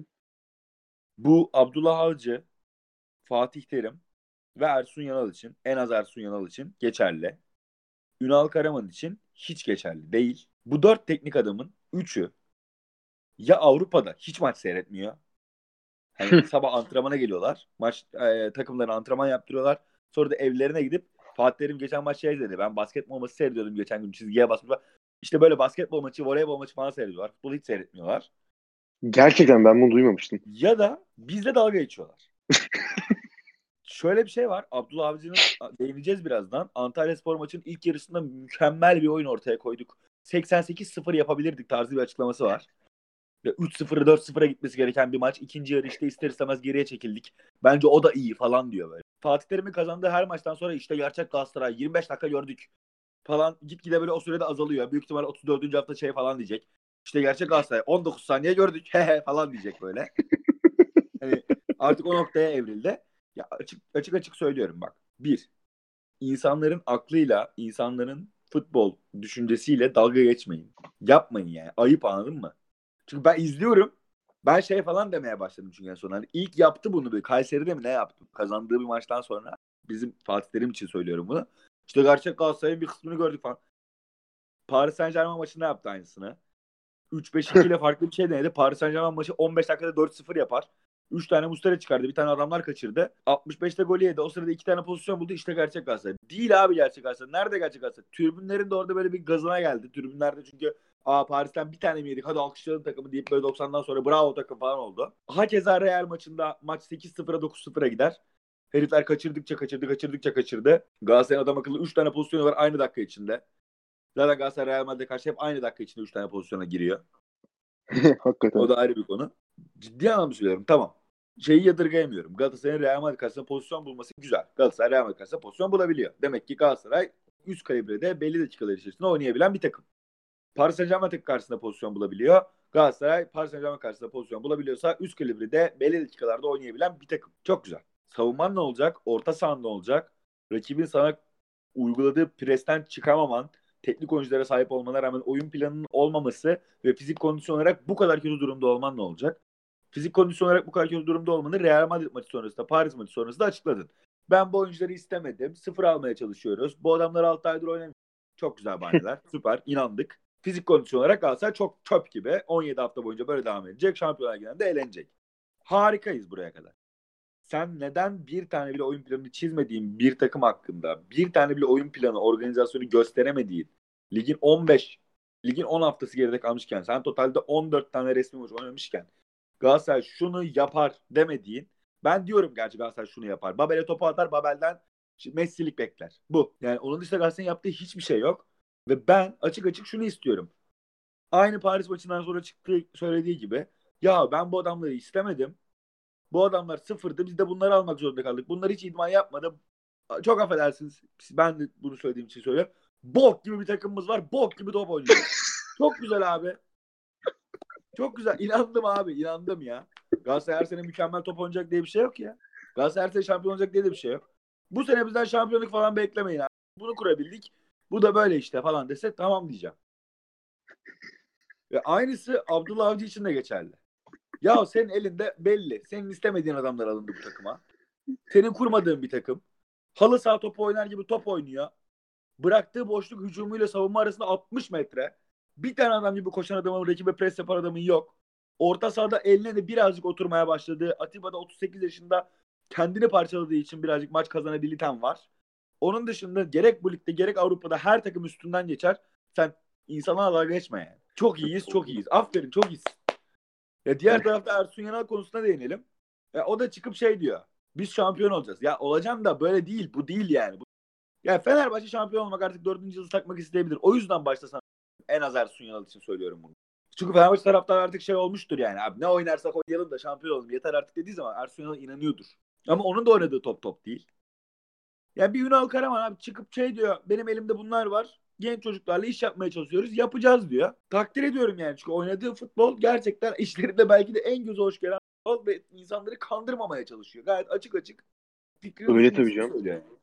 B: Bu Abdullah Avcı, Fatih Terim ve Ersun Yanal için, en az Ersun Yanal için geçerli. Ünal Karaman için hiç geçerli değil. Bu 4 teknik adamın 3'ü ya Avrupa'da hiç maç seyretmiyor. Hani sabah antrenmana geliyorlar. Takımlarına antrenman yaptırıyorlar. Sonra da evlerine gidip Fatih Terim geçen maç şey dedi. Ben basketbol maçı seyrediyordum geçen gün, çizgiye basmış. İşte böyle basketbol maçı, voleybol maçı falan seyrediyorlar. Futbolu hiç seyretmiyorlar.
A: Gerçekten ben bunu duymamıştım.
B: Ya da bizle dalga geçiyorlar. Şöyle bir şey var. Abdullah Avcı'nın, değineceğiz birazdan. Antalyaspor maçının ilk yarısında mükemmel bir oyun ortaya koyduk. 88-0 yapabilirdik tarzı bir açıklaması var. Ve 3-0'a 4-0'a gitmesi gereken bir maç. İkinci yarı işte ister istemez geriye çekildik. Bence o da iyi falan diyor böyle. Fatih Terim'in kazandığı her maçtan sonra işte gerçek Galatasaray 25 dakika gördük falan, gitgide böyle o sürede azalıyor. Büyük ihtimalle 34. hafta şey falan diyecek. İşte gerçek Galatasaray 19 saniye gördük hehe falan diyecek böyle. Hani artık o noktaya evrildi. Ya açık söylüyorum bak. Bir, insanların aklıyla, insanların futbol düşüncesiyle dalga geçmeyin. Yapmayın yani. Ayıp, anladın mı? Çünkü ben izliyorum. Ben şey falan demeye başladım çünkü en son. Hani ilk yaptı bunu bir Kayseri'de mi ne yaptı? Kazandığı bir maçtan sonra. Bizim Fatih Terim için söylüyorum bunu. İşte gerçek Galatasaray'ın bir kısmını gördük falan. Paris Saint-Germain maçında yaptı aynısını. 3-5-2 ile farklı bir şey denedi. Paris Saint-Germain maçı 15 dakikada 4-0 yapar. 3 tane Muslera çıkardı. Bir tane adamlar kaçırdı. 65'te golü yedi. O sırada 2 tane pozisyon buldu. İşte gerçek Galatasaray. Değil abi gerçek Galatasaray. Nerede gerçek Galatasaray? Tribünlerin de orada böyle bir gazına geldi. Tribünlerde çünkü Paris'ten bir tane mi yedik? Hadi alkışlayalım takımı deyip böyle 90'dan sonra bravo takım falan oldu. Hakeza Real maçında maç 8-0'a 9-0'a gider. Herifler kaçırdı. Galatasaray'ın adam akıllı 3 tane pozisyonu var aynı dakika içinde. Zaten Galatasaray Real Madrid'e karşı hep aynı dakika içinde 3 tane pozisyona giriyor. O
A: Hakikaten.
B: da ayrı bir konu. Ciddi anlamda söylüyorum. Tamam. Şeyi yadırgayamıyorum. Galatasaray'ın Real Madrid karşısında pozisyon bulması güzel. Galatasaray Real Madrid karşısında pozisyon bulabiliyor. Demek ki Galatasaray üst kalibrede belli dakikalar içerisinde oynayabilen bir takım. Paris Saint-Germain karşısında pozisyon bulabiliyor. Galatasaray Paris Saint-Germain karşısında pozisyon bulabiliyorsa üst kalibrede belli dakikalarda oynayabilen bir takım. Çok güzel. Savunman ne olacak? Orta sahan ne olacak? Rakibin sana uyguladığı presten çıkamaman, teknik oyunculara sahip olmana rağmen oyun planının olmaması ve fizik kondisyon olarak bu kadar kötü durumda olman ne olacak? Fizik kondisyon olarak bu kadar kötü durumda olmanı Real Madrid maçı sonrasında, Paris maçı sonrasında açıkladın. Ben bu oyuncuları istemedim. Sıfır almaya çalışıyoruz. Bu adamlar 6 aydır oynamıyor. Çok güzel bahaneler. Süper. İnandık. Fizik kondisyon olarak Galatasaray çok çöp gibi. 17 hafta boyunca böyle devam edecek. Şampiyonlar Ligi'nde eğlenecek. Harikayız buraya kadar. Sen neden bir tane bile oyun planını çizmediğin bir takım hakkında bir tane bile oyun planı, organizasyonu gösteremediğin, ligin 10 haftası geride kalmışken, sen totalde 14 tane resmi maç oynamışken Galatasaray şunu yapar demediğin, ben diyorum gerçi Galatasaray şunu yapar. Babel'e topu atar, Babel'den Messi'lik bekler. Bu. Yani onun dışında Galatasaray'ın yaptığı hiçbir şey yok. Ve ben açık şunu istiyorum. Aynı Paris maçından sonra çıktığı söylediği gibi, ya ben bu adamları istemedim. Bu adamlar sıfırdı. Biz de bunları almak zorunda kaldık. Bunlar hiç idman yapmadı. Çok affedersiniz. Ben de bunu söylediğim için söylüyorum. Bok gibi bir takımımız var. Bok gibi top oynuyoruz. Çok güzel abi. Çok güzel. İnandım abi. İnandım ya. Galatasaray her sene mükemmel top oynayacak diye bir şey yok ya. Galatasaray her sene şampiyon olacak diye de bir şey yok. Bu sene bizden şampiyonluk falan beklemeyin abi. Bunu kurabildik. Bu da böyle işte falan dese tamam diyeceğim. Ve aynısı Abdullah Avcı için de geçerli. Ya senin elinde belli. Senin istemediğin adamlar alındı bu takıma. Senin kurmadığın bir takım. Halı saha topu oynar gibi top oynuyor. Bıraktığı boşluk hücumuyla savunma arasında 60 metre. Bir tane adam gibi koşan adamın, rakibe pres yapan adamın yok. Orta sahada eline de birazcık oturmaya başladı. Atiba da 38 yaşında kendini parçaladığı için birazcık maç kazanabiliten var. Onun dışında gerek bu ligde gerek Avrupa'da her takım üstünden geçer. Sen insana dalga geçme yani. Çok iyiyiz, çok iyiyiz. Aferin, çok iyiyiz. Ya diğer tarafta Ersun Yanal konusuna değinelim. O da çıkıp şey diyor. Biz şampiyon olacağız. Ya olacağım da böyle değil. Bu değil yani. Ya Fenerbahçe şampiyon olmak artık 4. yıldız takmak isteyebilir. O yüzden başta sana en az Ersun Yanal için söylüyorum bunu. Çünkü Fenerbahçe taraftarı artık şey olmuştur yani. Abi ne oynarsak oynayalım da şampiyon olalım. Yeter artık dediği zaman Ersun Yanal inanıyordur. Ama onun da oynadığı top değil. Yani bir Ünal Karaman abi çıkıp şey diyor. Benim elimde bunlar var. Genç çocuklarla iş yapmaya çalışıyoruz. Yapacağız diyor. Takdir ediyorum yani. Çünkü oynadığı futbol gerçekten işlerinde belki de en göze hoş gelen futbol ve insanları kandırmamaya çalışıyor. Gayet açık açık fikrini
A: Öyle tabii
B: düşüncesini
A: canım.
B: söylüyor yani.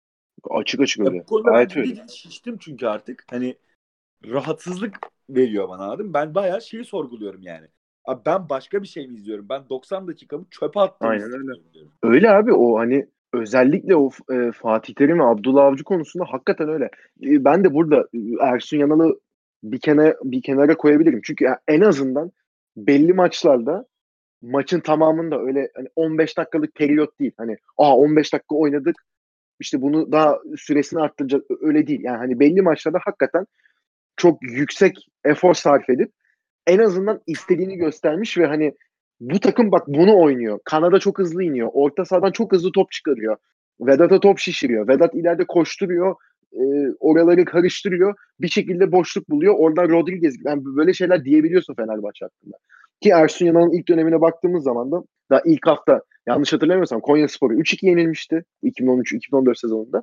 A: Açık açık
B: Ya bu
A: öyle.
B: konuda ben
A: Gayet öyle.
B: ciddi şiştim çünkü artık. Hani rahatsızlık veriyor bana, anladın mı? Ben bayağı şeyi sorguluyorum yani. Abi ben başka bir şey mi izliyorum? Ben 90 dakikamı çöpe attığımı
A: Aynen öyle.
B: hissediyorum diyorum.
A: Öyle abi, o hani özellikle o Fatih Terim ve Abdullah Avcı konusunda hakikaten öyle. Ben de burada Ersun Yanal'ı bir kenara koyabilirim. Çünkü en azından belli maçlarda maçın tamamında öyle hani 15 dakikalık periyot değil. Hani 15 dakika oynadık, işte bunu daha süresini arttıracak, öyle değil. Yani hani belli maçlarda hakikaten çok yüksek efor sarf edip en azından istediğini göstermiş ve hani bu takım bak bunu oynuyor. Kanada çok hızlı iniyor. Orta sahadan çok hızlı top çıkarıyor. Vedat'a top şişiriyor. Vedat ileride koşturuyor. Oraları karıştırıyor. Bir şekilde boşluk buluyor. Oradan Rodriguez. Yani böyle şeyler diyebiliyorsun Fenerbahçe hakkında. Ki Ersun Yanal'ın ilk dönemine baktığımız zaman da daha ilk hafta yanlış hatırlamıyorsam Konyaspor'u 3-2 yenilmişti 2013-2014 sezonunda.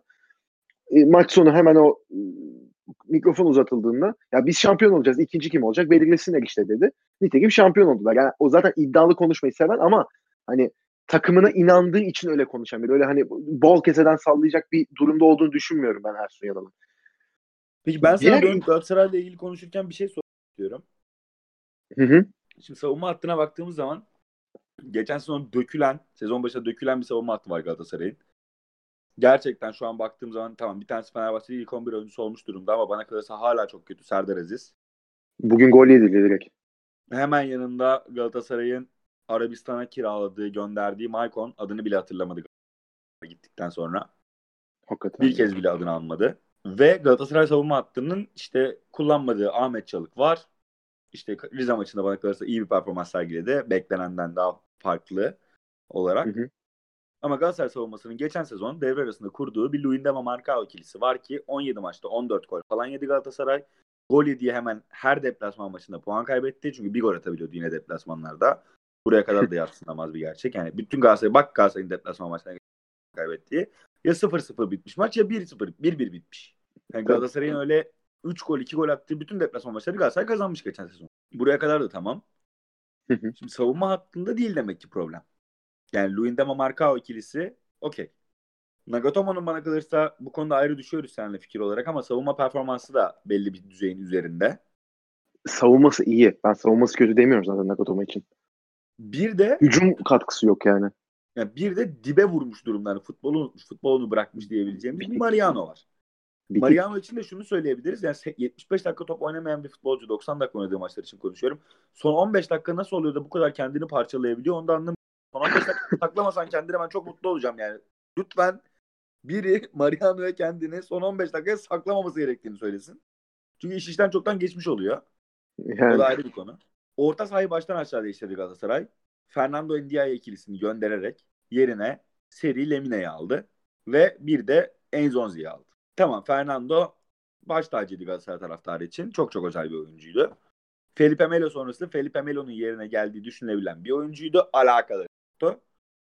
A: Maç sonu hemen o mikrofon uzatıldığında ya biz şampiyon olacağız, ikinci kim olacak belirlesinler işte dedi. Nitekim şampiyon oldular. Yani o zaten iddialı konuşmayı seven ama hani takımına inandığı için öyle konuşan biri. Öyle hani bol keseden sallayacak bir durumda olduğunu düşünmüyorum ben Ersun Yanal'ın.
B: Peki ben sana
A: Diğer
B: dönüp Galatasaray'la ilgili konuşurken bir şey sormak istiyorum.
A: hı hı.
B: Şimdi savunma hattına baktığımız zaman geçen sezon başında dökülen bir savunma hattı var Galatasaray'ın. Gerçekten şu an baktığım zaman tamam, bir tanesi Fenerbahçe'de ilk 11 oyuncusu olmuş durumda ama bana kalırsa hala çok kötü Serdar Aziz.
A: Bugün gol yedi direkt.
B: Hemen yanında Galatasaray'ın Arabistan'a kiraladığı, gönderdiği Maicon, adını bile hatırlamadı gittikten sonra.
A: Hakikaten
B: Bir
A: ya.
B: kez bile adını almadı. Ve Galatasaray savunma hattının işte kullanmadığı Ahmet Çalık var. İşte Rize maçında bana kalırsa iyi bir performans sergiledi. Beklenenden daha farklı
A: Hı
B: olarak.
A: hı.
B: Ama Galatasaray savunmasının geçen sezon devre arasında kurduğu bir Luyendama Marcao ikilisi var ki 17 maçta 14 gol falan yedi Galatasaray. Gol yediği hemen her deplasman maçında puan kaybetti. Çünkü bir gol atabiliyordu yine deplasmanlarda. Buraya kadar da yadsınamaz bir gerçek. Yani bütün Galatasaray'ın deplasman maçlarına kaybettiği. Ya 0-0 bitmiş maç ya 1-0, 1-1 bitmiş. Yani
A: Tabii.
B: Galatasaray'ın öyle 3 gol 2 gol attığı bütün deplasman maçları Galatasaray kazanmış geçen sezon. Buraya kadar da tamam.
A: Hı hı.
B: Şimdi savunma hattında değil demek ki problem. Yani Luyendama Marcao ikilisi okey. Nagatomo'nun bana kalırsa bu konuda ayrı düşüyoruz seninle fikir olarak ama savunma performansı da belli bir düzeyin üzerinde.
A: Savunması iyi. Ben savunması kötü demiyorum zaten Nagatomo için.
B: Bir de
A: Hücum katkısı yok yani.
B: dibe vurmuş durumda. Yani futbolunu bırakmış diyebileceğimiz bir Mariano var.
A: Bitik.
B: Mariano için de şunu söyleyebiliriz. Yani 75 dakika top oynamayan bir futbolcu, 90 dakika oynadığı maçlar için konuşuyorum. Son 15 dakika nasıl oluyor da bu kadar kendini parçalayabiliyor onu da anlamıyorum. Son 15 dakika saklamasan kendine ben çok mutlu olacağım yani. Lütfen biri Mariano'ya kendini son 15 dakikaya saklamaması gerektiğini söylesin. Çünkü iş işten çoktan geçmiş oluyor. O da
A: Yani
B: ayrı bir konu. Orta sahayı baştan aşağı değiştirdi Galatasaray. Fernando Ndiaye ikilisini göndererek yerine Seri Lemine'yi aldı. Ve bir de Enzonzi'yi aldı. Tamam, Fernando baş tacıydı Galatasaray taraftarı için. Çok çok özel bir oyuncuydu. Felipe Melo sonrası Felipe Melo'nun yerine geldiği düşünülebilen bir oyuncuydu. Alakalı yoktu.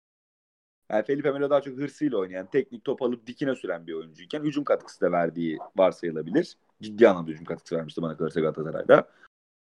B: Yani Felipe Melo daha çok hırsıyla oynayan, teknik top alıp dikine süren bir oyuncuyken hücum katkısı da verdiği varsayılabilir. Ciddi anlamda hücum katkısı vermişti bana kalırsa Galatasaray'da.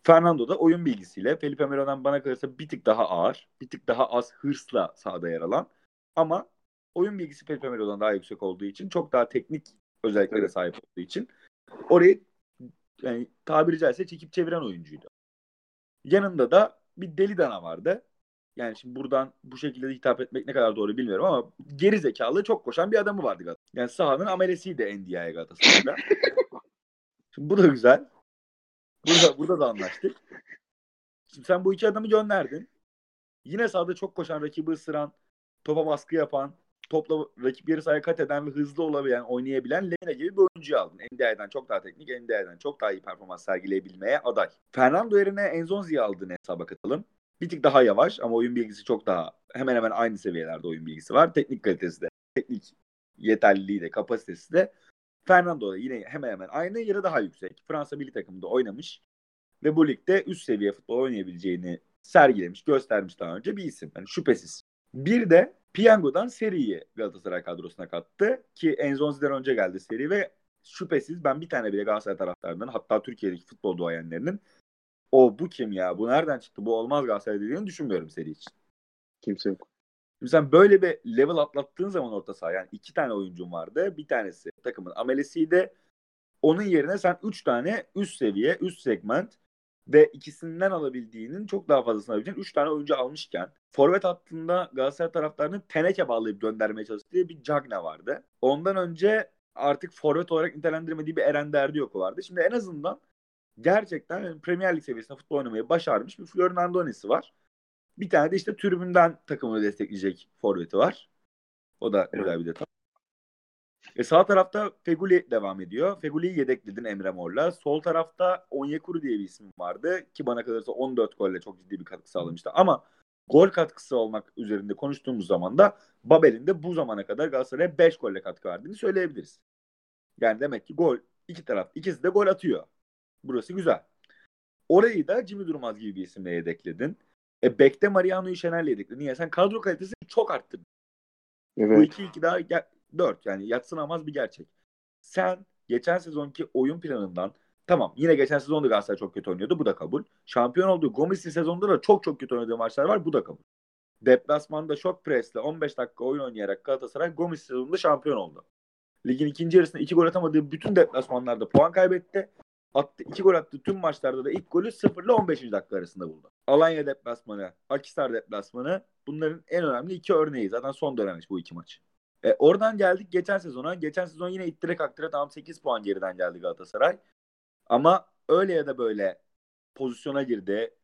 B: Fernando da oyun bilgisiyle Felipe Melo'dan bana kalırsa bir tık daha ağır, bir tık daha az hırsla sahada yer alan ama oyun bilgisi Felipe Melo'dan daha yüksek olduğu için çok daha teknik özelliklere
A: Tabii.
B: sahip olduğu için orayı yani tabiri caizse çekip çeviren oyuncuydu. Yanında da bir deli dana vardı. Yani şimdi buradan bu şekilde hitap etmek ne kadar doğru bilmiyorum ama geri zekalı çok koşan bir adamı vardı Galatasaray. Yani sahanın amelesiydi NDI Galatasaray'da. Şimdi bu da güzel. Burada da anlaştık. Şimdi sen bu iki adamı gönderdin. Yine sahada çok koşan, rakibi ısıran, topa baskı yapan, topla rakip yarı sahaya kat eden ve hızlı olabilen, oynayabilen Lemina gibi bir oyuncuyu aldın. NDI'den çok daha teknik, NDI'den çok daha iyi performans sergileyebilmeye aday. Fernando yerine Enzonzi'yi aldığını hesaba katalım. Bir tık daha yavaş ama oyun bilgisi çok daha hemen hemen aynı seviyelerde oyun bilgisi var. Teknik kalitesi de, teknik yeterliliği de, kapasitesi de Fernando da yine hemen hemen aynı ya da daha yüksek. Fransa milli takımında oynamış ve bu ligde üst seviye futbol oynayabileceğini sergilemiş, göstermiş daha önce bir isim. Yani şüphesiz. Bir de Piyango'dan Seri'yi Galatasaray kadrosuna kattı ki Enzonzi'den önce geldi Seri ve şüphesiz ben bir tane bile Galatasaray taraftarından hatta Türkiye'deki futbol duayenlerinin bu kim ya, bu nereden çıktı, bu olmaz Galatasaray dediğini düşünmüyorum Seri için.
A: Kimse yok.
B: Şimdi sen böyle bir level atlattığın zaman orta saha yani 2 tane oyuncun vardı. Bir tanesi takımın amelesiydi. Onun yerine sen 3 tane üst seviye, üst segment ve ikisinden alabildiğinin çok daha fazlasını alabileceğin 3 tane oyuncu almışken forvet hattında Galatasaray taraftarının teneke bağlayıp göndermeye çalıştığı bir Cagne vardı. Ondan önce artık forvet olarak nitelendirmediği bir Eren Derdiyoko vardı. Şimdi en azından gerçekten Premier Lig seviyesinde futbol oynamayı başarmış bir Florian Andonisi var. Bir tane de işte tribünden takımını destekleyecek forveti var. O da güzel
A: Evet.
B: bir detay. Sağ tarafta Feguli devam ediyor. Feguli'yi yedekledin Emre Mor'la. Sol tarafta Onyekuru diye bir isim vardı. Ki bana kalırsa 14 golle çok ciddi bir katkı sağlamıştı. Ama gol katkısı olmak üzerinde konuştuğumuz zaman da Babel'in de bu zamana kadar Galatasaray'a 5 golle katkı verdiğini söyleyebiliriz. Yani demek ki gol iki taraf ikisi de gol atıyor. Burası güzel. Orayı da Jimmy Durmaz gibi bir isimle yedekledin. Bek'te Mariano'yu Şener'le yedekledin. Niye? Sen kadro kalitesini çok arttırdın. Bu
A: Evet.
B: 2-2 daha 4 yani yadsınamaz bir gerçek. Sen geçen sezonki oyun planından tamam yine geçen sezonda Galatasaray çok kötü oynuyordu bu da kabul. Şampiyon olduğu Gomis'in sezonunda da çok kötü oynadığı maçlar var bu da kabul. Deplasmanda şok presle 15 dakika oyun oynayarak Galatasaray Gomis sezonunda şampiyon oldu. Ligin ikinci yarısında 2 gol atamadığı bütün deplasmanlarda puan kaybetti. 2 gol attığı tüm maçlarda da ilk golü 0 ile 15. dakika arasında buldu. Alanya deplasmanı, Akhisar deplasmanı bunların en önemli 2 örneği. Zaten son dönemmiş bu 2 maç. Oradan geldik geçen sezona. Geçen sezon yine ittire kaktıra tam 8 puan geriden geldi Galatasaray. Ama öyle ya da böyle pozisyona girdi.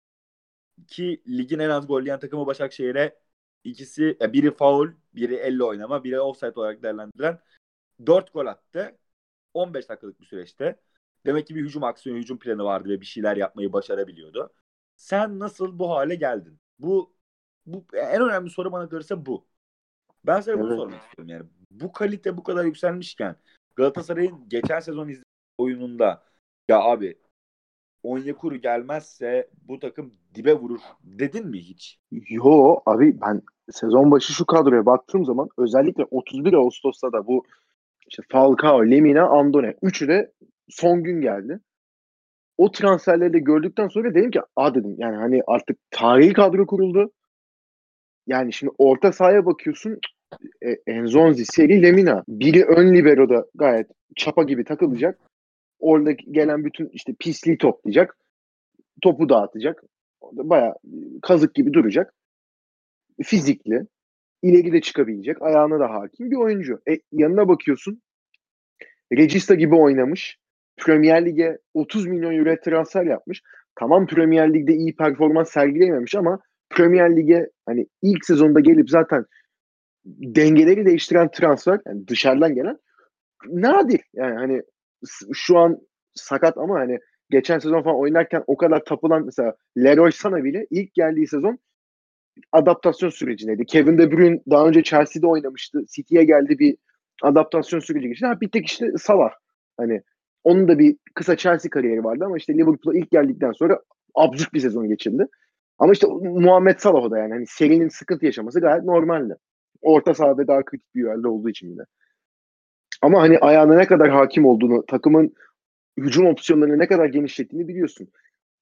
B: Ki ligin en az gol yiyen takımı Başakşehir'e ikisi biri faul, biri elle oynama, biri offside olarak değerlendirilen 4 gol attı. 15 dakikalık bir süreçte. Demek ki bir hücum aksiyonu, hücum planı vardı ve bir şeyler yapmayı başarabiliyordu. Sen nasıl bu hale geldin? Bu en önemli soru bana kalırsa bu. Ben sana bunu
A: Evet.
B: sormak istiyorum yani. Bu kalite bu kadar yükselmişken Galatasaray'ın geçen sezon izlediği oyununda ya abi Onyekuru gelmezse bu takım dibe vurur dedin mi hiç?
A: Yo abi ben sezon başı şu kadroya baktığım zaman özellikle 31 Ağustos'ta da bu işte Falcao, Lemina, Andone üçü de son gün geldi. O transferleri de gördükten sonra dedim ki dedim yani hani artık tarihi kadro kuruldu. Yani şimdi orta sahaya bakıyorsun Enzonzi, Seri, Lemina. Biri ön libero'da gayet çapa gibi takılacak. Orada gelen bütün işte pisliği toplayacak. Topu dağıtacak. Orada bayağı kazık gibi duracak. Fizikli. İleri de çıkabilecek. Ayağına da hakim bir oyuncu. Yanına bakıyorsun. Regista gibi oynamış. Premier Lig'e 30 milyon euro transfer yapmış. Tamam Premier Lig'de iyi performans sergileyememiş ama Premier Lig'e hani ilk sezonda gelip zaten dengeleri değiştiren transfer yani dışarıdan gelen nadir. Yani hani şu an sakat ama hani geçen sezon falan oynarken o kadar tapılan mesela Leroy Sané bile ilk geldiği sezon adaptasyon sürecindeydi. Kevin De Bruyne daha önce Chelsea'de oynamıştı. City'ye geldi bir adaptasyon süreci geçti. Bir tek işte Salah. Hani onun da bir kısa Chelsea kariyeri vardı ama işte Liverpool'a ilk geldikten sonra absürt bir sezon geçirdi. Ama işte Muhammed Salah o da yani. Hani serinin sıkıntı yaşaması gayet normaldi. Orta sahada daha kritik bir yerde olduğu için yine. Ama hani ayağına ne kadar hakim olduğunu, takımın hücum opsiyonlarını ne kadar genişlettiğini biliyorsun.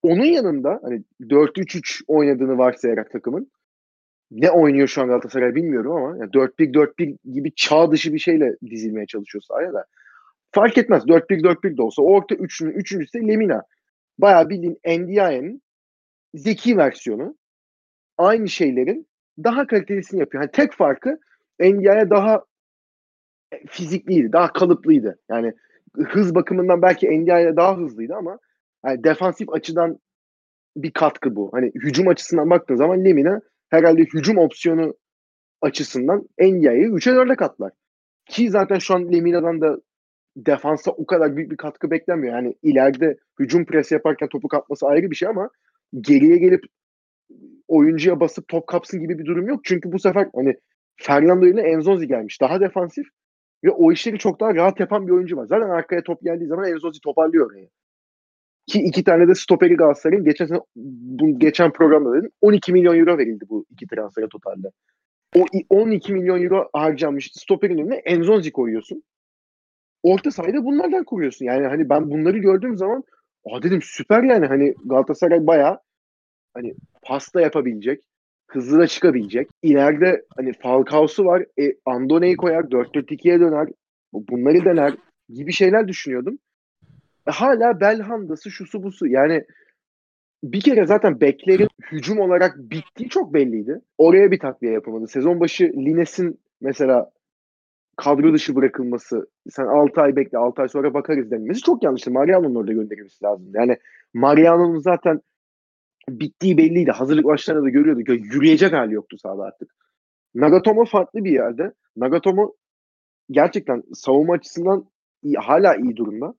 A: Onun yanında hani 4-3-3 oynadığını varsayarak takımın, ne oynuyor şu an Galatasaray bilmiyorum ama yani 4-1-4-1 gibi çağ dışı bir şeyle dizilmeye çalışıyor sahaya da. Fark etmez. 4-1-4-1 de olsa orta üçüncüsü de Lemina. Bayağı bildiğin Ndiaye'nin zeki versiyonu. Aynı şeylerin daha kalitelisini yapıyor. Yani tek farkı Ndiaye daha fizikliydi, daha kalıplıydı. Yani hız bakımından belki Ndiaye daha hızlıydı ama yani defansif açıdan bir katkı bu. Hani hücum açısından baktığın zaman Lemina herhalde hücum opsiyonu açısından Ndiaye'yi 3'e 4'e katlar. Ki zaten şu an Lemina'dan da defansa o kadar büyük bir katkı beklenmiyor. Yani ileride hücum presi yaparken topu kapması ayrı bir şey ama geriye gelip oyuncuya basıp top kapsın gibi bir durum yok. Çünkü bu sefer hani Fernando yerine Enzonzi gelmiş. Daha defansif ve o işleri çok daha rahat yapan bir oyuncu var. Zaten arkaya top geldiği zaman Enzonzi toparlıyor orayı. Ki iki tane de stoperi Galatasaray'ın geçen programda dedim 12 milyon euro verildi bu iki transfere totalde. O 12 milyon euro harcanmış stoperin önüne Enzonzi koyuyorsun. Orta sahada bunlardan kuruyorsun. Yani hani ben bunları gördüğüm zaman dedim süper yani hani Galatasaray bayağı hani pasta yapabilecek, hızlı da çıkabilecek. İleride hani Falcao'su var. Andone'yi koyar, 4-4-2'ye döner. Bunları dener gibi şeyler düşünüyordum. Hala Belhanda'sı şusu busu. Yani bir kere zaten beklerin hücum olarak bittiği çok belliydi. Oraya bir takviye yapamadı. Sezon başı Lines'in mesela kadro dışı bırakılması, sen 6 ay bekle 6 ay sonra bakarız denilmesi çok yanlıştı. Mariano'nun orada gönderilmesi lazım. Yani Mariano'nun zaten bittiği belliydi. Hazırlık maçlarında da görüyorduk. Yürüyecek hali yoktu sahada artık. Nagatomo farklı bir yerde. Nagatomo gerçekten savunma açısından hala iyi durumda.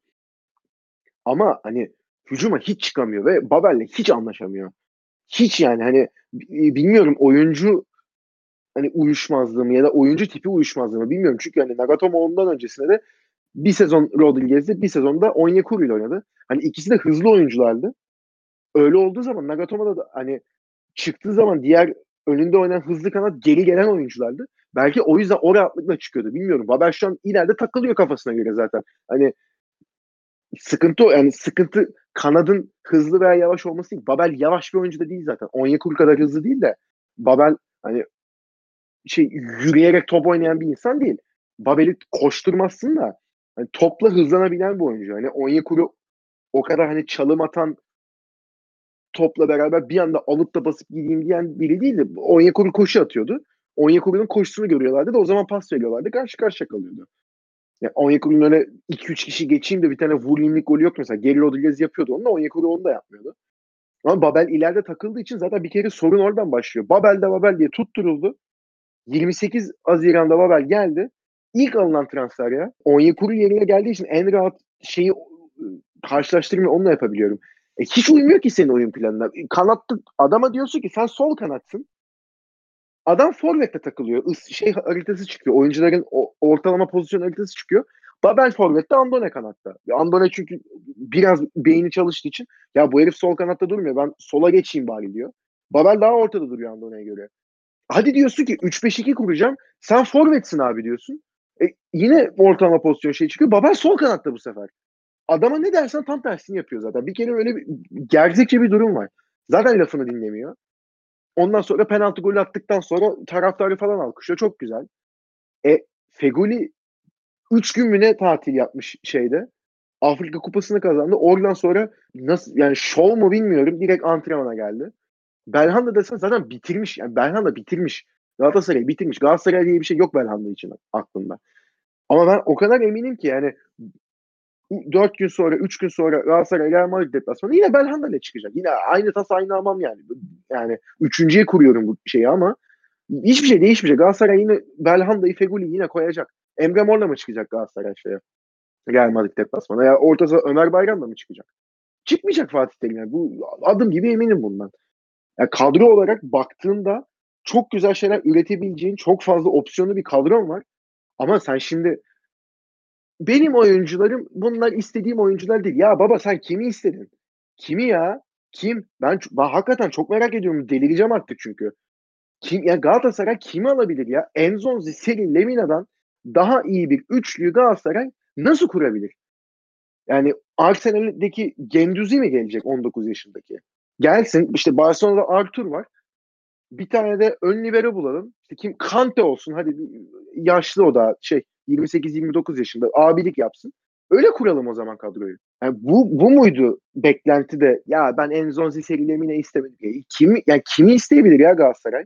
A: Ama hani hücuma hiç çıkamıyor ve Babel'le hiç anlaşamıyor. Hiç yani hani bilmiyorum oyuncu hani uyuşmazlığı mı ya da oyuncu tipi uyuşmazlığı mı bilmiyorum. Çünkü hani Nagatomo ondan öncesinde de bir sezon Rodriguez'de bir sezonda Onyekuru ile oynadı. Hani ikisi de hızlı oyunculardı. Öyle olduğu zaman Nagatomo'da da hani çıktığı zaman diğer önünde oynayan hızlı kanat geri gelen oyunculardı. Belki o yüzden o rahatlıkla çıkıyordu. Bilmiyorum. Babel şu an ileride takılıyor kafasına göre zaten. Hani sıkıntı o. Yani sıkıntı kanadın hızlı veya yavaş olması değil. Babel yavaş bir oyuncu da değil zaten. Onyekuru kadar hızlı değil de Babel hani yürüyerek top oynayan bir insan değil. Babel'i koşturmazsın da hani topla hızlanabilen bir oyuncu. Hani Onyekuru o kadar hani çalım atan topla beraber bir anda alıp da basıp gideyim diyen biri değildi. Onyekuru koşu atıyordu. Onyekuru'nun koşusunu görüyorlardı da o zaman pas veriyorlardı. Karşı karşıya kalıyordu. Yani Onyekuru'nun öyle 2-3 kişi geçeyim de bir tane vurayımlık golü yok mesela. Geri Rodriguez yapıyordu onu da Onyekuru onu da yapmıyordu. Ama Babel ileride takıldığı için zaten bir kere sorun oradan başlıyor. Babel diye tutturuldu. 28 Haziran'da Babel geldi. İlk alınan transfer ya. Onyekuru yerine geldiği için en rahat şeyi karşılaştırmayı onunla yapabiliyorum. Hiç uymuyor ki senin oyun planına. Kanatta adama diyorsun ki sen sol kanatsın. Adam forvette takılıyor. Haritası çıkıyor. Oyuncuların ortalama pozisyon haritası çıkıyor. Babel forvette, Andone kanatta. Andone çünkü biraz beyni çalıştığı için ya bu herif sol kanatta durmuyor. Ben sola geçeyim bari diyor. Babel daha ortada duruyor Andone'ye göre. Hadi diyorsun ki 3-5-2 kuracağım. Sen forvetsin abi diyorsun. Yine ortalama pozisyon çıkıyor. Babel sol kanatta bu sefer. Adama ne dersen tam tersini yapıyor zaten. Bir kere öyle bir gerzekçe bir durum var. Zaten lafını dinlemiyor. Ondan sonra penaltı golü attıktan sonra taraftarı falan alkışlıyor. Çok güzel. Fegoli 3 gün mü ne tatil yapmış şeyde. Afrika Kupası'nı kazandı. Oradan sonra nasıl yani şov mu bilmiyorum. Direkt antrenmana geldi. Belhanda desen zaten bitirmiş. Yani Belhanda bitirmiş. Galatasaray'ı bitirmiş. Galatasaray diye bir şey yok Belhanda için aklımda. Ama ben o kadar eminim ki yani 4 gün sonra 3 gün sonra Galatasaray Real Madrid deplasmanı yine Belhanda ile çıkacak. Yine aynı tas aynı hamam yani. Yani üçüncüye kuruyorum bu şeyi ama hiçbir şey değişmeyecek. Galatasaray yine Belhanda'yı Feguli yine koyacak. Emre Mor'la mı çıkacak Galatasaray Real Madrid deplasmanı? Ya ortası Ömer Bayram'la mı çıkacak? Çıkmayacak Fatih Terim. Yani bu adım gibi eminim bundan. Yani kadro olarak baktığında çok güzel şeyler üretebileceğin çok fazla opsiyonlu bir kadron var. Ama sen şimdi benim oyuncularım bunlar istediğim oyuncular değil. Ya baba sen kimi istedin? Kimi ya? Kim? Ben hakikaten çok merak ediyorum. Delireceğim artık çünkü. Kim ya Galatasaray kimi alabilir ya? Enzonzi, Seri, Lemina'dan daha iyi bir üçlüyü Galatasaray nasıl kurabilir? Yani Arsenal'deki Gendouzi mi gelecek 19 yaşındaki? Gelsin. İşte Barcelona'da Arthur var. Bir tane de ön libero bulalım. İşte kim? Kante olsun. Hadi yaşlı o da 28-29 yaşında abilik yapsın. Öyle kuralım o zaman kadroyu. Yani bu muydu beklenti de? Ya ben Enzonzi serilemine istemedim. Kimi isteyebilir ya Galatasaray?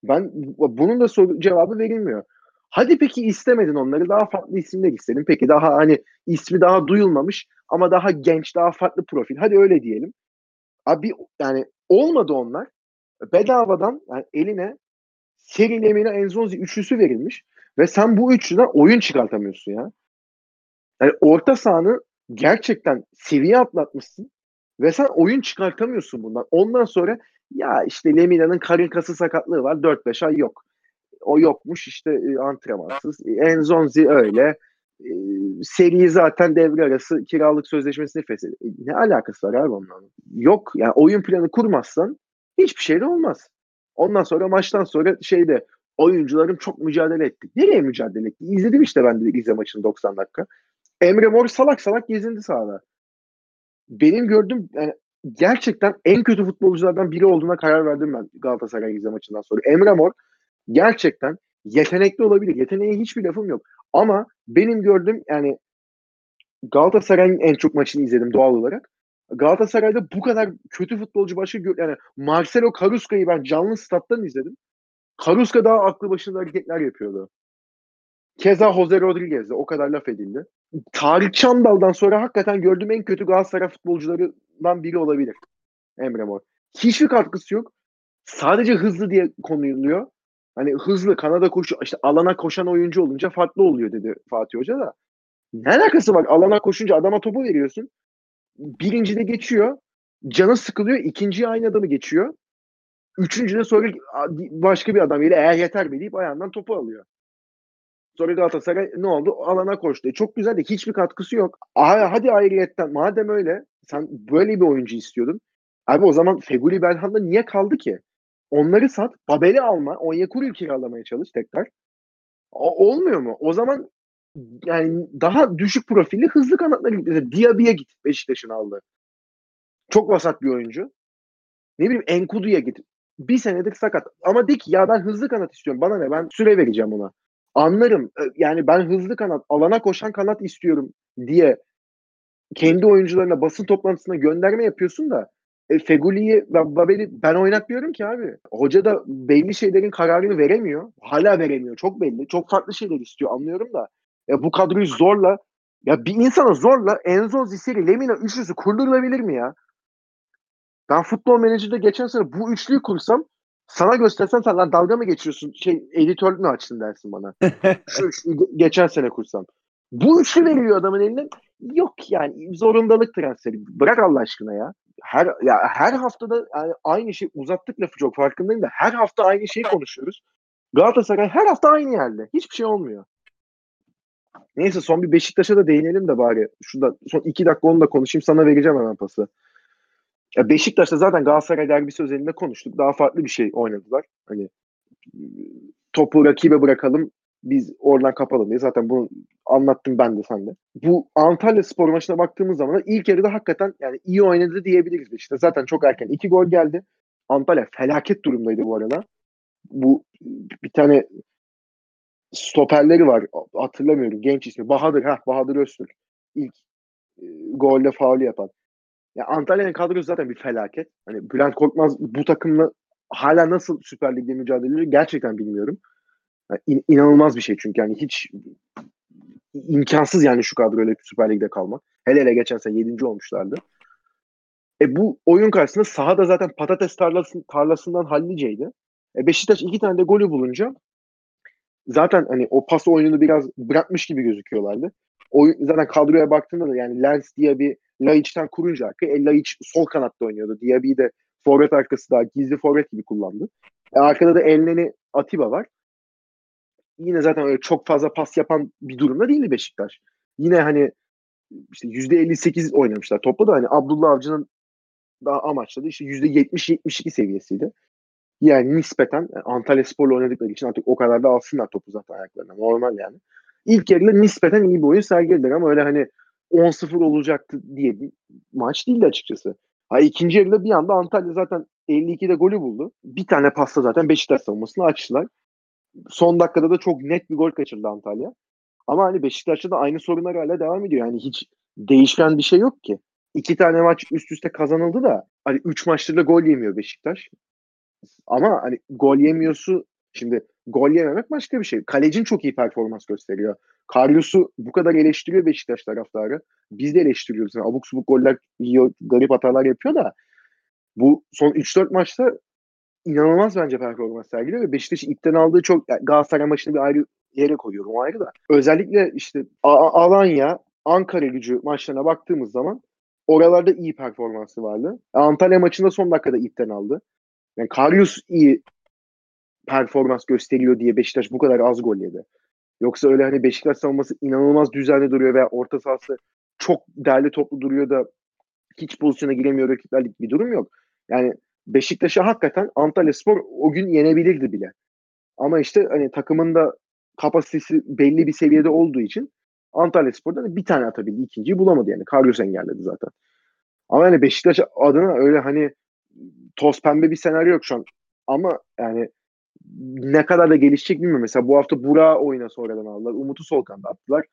A: Bunun da cevabı verilmiyor. Hadi peki istemedin onları. Daha farklı isimler istedin. Peki daha hani ismi daha duyulmamış ama daha genç, daha farklı profil. Hadi öyle diyelim. Abi yani olmadı onlar. Bedavadan yani eline Seri Lemina Enzonzi üçlüsü verilmiş ve sen bu üçlüden oyun çıkartamıyorsun ya. Yani orta sahanı gerçekten seviye atlatmışsın ve sen oyun çıkartamıyorsun bundan. Ondan sonra ya işte Lemina'nın karın kası sakatlığı var 4-5 ay yok. O yokmuş işte antrenmansız. Enzonzi öyle. E, Seriyi zaten devre arası kiralık sözleşmesini feshetti. Ne alakası var abi onunla? Yok yani oyun planı kurmazsan hiçbir şey de olmaz. Ondan sonra maçtan sonra oyuncularım çok mücadele etti. Nereye mücadele etti? İzledim işte ben de Rize maçını 90 dakika. Emre Mor salak salak gezindi sahada. Benim gördüğüm yani gerçekten en kötü futbolculardan biri olduğuna karar verdim ben Galatasaray Rize maçından sonra. Emre Mor gerçekten yetenekli olabilir. Yeteneğe hiçbir lafım yok. Ama benim gördüğüm yani Galatasaray'ın en çok maçını izledim doğal olarak. Galatasaray'da bu kadar kötü futbolcu yani Marcelo Carrusca'yı ben canlı stat'tan izledim. Carrusca daha aklı başında hareketler yapıyordu. Keza Jose Rodriguez'de o kadar laf edildi. Tarık Çamdal'dan sonra hakikaten gördüğüm en kötü Galatasaray futbolcularından biri olabilir Emre Mor. Hiçbir katkısı yok. Sadece hızlı diye konuluyor. Hani hızlı kanada koşu işte alana koşan oyuncu olunca farklı oluyor dedi Fatih Hoca da. Ne alakası var? Alana koşunca adama topu veriyorsun. Birinci de geçiyor. Canı sıkılıyor. İkinciyi aynı adamı geçiyor. Üçüncü de sonra başka bir adam geliyor. Eğer yeter mi deyip ayağından topu alıyor. Sonra Galatasaray ne oldu? Alana koştu. Çok güzel de hiçbir katkısı yok. Hadi ayrıyetten madem öyle sen böyle bir oyuncu istiyordun. Abi o zaman Feguli Belhanda niye kaldı ki? Onları sat. Babel'i alma. Onyekuru'yu kiralamaya çalış tekrar. Olmuyor mu? O zaman yani daha düşük profilli hızlı kanatlara git. Mesela Diaby'ye git Beşiktaş'ın aldı. Çok vasat bir oyuncu. Ne bileyim Enkudu'ya git. Bir senedir sakat. Ama de ki ya ben hızlı kanat istiyorum. Bana ne ben süre vereceğim ona. Anlarım. Yani ben hızlı kanat, alana koşan kanat istiyorum diye kendi oyuncularına basın toplantısına gönderme yapıyorsun da Feguli'yi ve Babel'i ben oynatmıyorum ki abi. Hoca da belli şeylerin kararını veremiyor. Hala veremiyor. Çok belli. Çok farklı şeyler istiyor anlıyorum da. Bu kadroyu zorla bir insana zorla Enzo Ziseri, Lemina üçlüsü kurdurulabilir mi ya? Ben futbol menajerde geçen sene bu üçlüyü kursam sana göstersem sen lan dalga mı geçiyorsun? Editör mü açtın dersin bana. Şu üçlüyü geçen sene kursam. Bu üçlü veriliyor adamın eline. Yok yani zorundalık transferi. Bırak Allah aşkına ya. Her haftada yani aynı şey uzattık lafı çok farkındayım da her hafta aynı şeyi konuşuyoruz. Galatasaray her hafta aynı yerde. Hiçbir şey olmuyor. Neyse son bir Beşiktaş'a da değinelim de bari. Şurada son 2 dakika onu da konuşayım sana vereceğim hemen pası. Beşiktaş'ta zaten Galatasaray derbisi özelinde konuştuk. Daha farklı bir şey oynadılar. Hani topu rakibe bırakalım biz oradan kapalım diye. Zaten bunu anlattım ben de sen de. Bu Antalya Spor maçına baktığımız zaman da ilk yarıda hakikaten yani iyi oynadı diyebiliriz Beşiktaş. Zaten çok erken 2 gol geldi. Antalya felaket durumdaydı bu arada. Bu bir tane stoperleri var. Hatırlamıyorum. Genç ismi. Bahadır Öztürk. İlk golde faulü yapan. Ya Antalya'nın kadrosu zaten bir felaket. Hani Bülent Korkmaz bu takımla hala nasıl Süper Lig'de mücadele ediyor gerçekten bilmiyorum. Yani inanılmaz bir şey çünkü yani hiç imkansız yani şu kadroyla Süper Lig'de kalmak. Hele hele geçen sene 7. olmuşlardı. Bu oyun karşısında sahada zaten patates tarlasından halliceydi. Beşiktaş 2 tane de golü bulunca zaten hani o pas oyununu biraz bırakmış gibi gözüküyorlardı. Zaten kadroya baktığında da yani Lens diye bir Laiç'ten kurunca Laiç sol kanatta oynuyordu. Diaby'i de forvet arkası daha gizli forvet gibi kullandı. Arkada da Elneni Atiba var. Yine zaten öyle çok fazla pas yapan bir durumda değildi Beşiktaş. Yine hani işte %58 oynamışlar. Toplu da hani Abdullah Avcı'nın daha amaçladığı işte %70-72 seviyesiydi. Yani nispeten Antalya Spor'la oynadıkları için artık o kadar da alsınlar topu zaten ayaklarına. Normal yani. İlk yarıda nispeten iyi bir oyun sergilediler ama öyle hani 10-0 olacaktı diye bir maç değildi açıkçası. İkinci yarıda bir anda Antalya zaten 52'de golü buldu. Bir tane pasta zaten Beşiktaş savunmasını açtılar. Son dakikada da çok net bir gol kaçırdı Antalya. Ama hani Beşiktaş'ta da aynı sorunlar hala devam ediyor. Yani hiç değişken bir şey yok ki. 2 tane maç üst üste kazanıldı da hani 3 maçtır da gol yemiyor Beşiktaş. Ama hani gol yemiyorsu, şimdi gol yememek başka bir şey. Kalecin çok iyi performans gösteriyor. Karius'u bu kadar eleştiriyor Beşiktaş taraftarı. Biz de eleştiriyoruz. Yani abuk subuk goller yiyor, garip hatalar yapıyor da bu son 3-4 maçta inanılmaz bence performans sergiliyor ve Beşiktaş'ın ipten aldığı çok, yani Galatasaray maçını bir ayrı yere koyuyorum, o ayrı da. Özellikle işte Alanya, Ankara Gücü maçlarına baktığımız zaman oralarda iyi performansı vardı. Antalya maçında son dakikada ipten aldı. Yani Karius iyi performans gösteriyor diye Beşiktaş bu kadar az gol yedi. Yoksa öyle hani Beşiktaş savunması inanılmaz düzenli duruyor veya orta sahası çok derli toplu duruyor da hiç pozisyona giremiyor rakiplerlik bir durum yok. Yani Beşiktaş'ı hakikaten Antalyaspor o gün yenebilirdi bile. Ama işte hani takımın da kapasitesi belli bir seviyede olduğu için Antalyaspor'da bir tane atabildi. İkinciyi bulamadı yani. Karius engelledi zaten. Ama yani Beşiktaş adına öyle hani toz pembe bir senaryo yok şu an. Ama yani ne kadar da gelişecek bilmiyorum. Mesela bu hafta Burak'ı oyuna sonradan aldılar. Umut'u sol kanada attılar.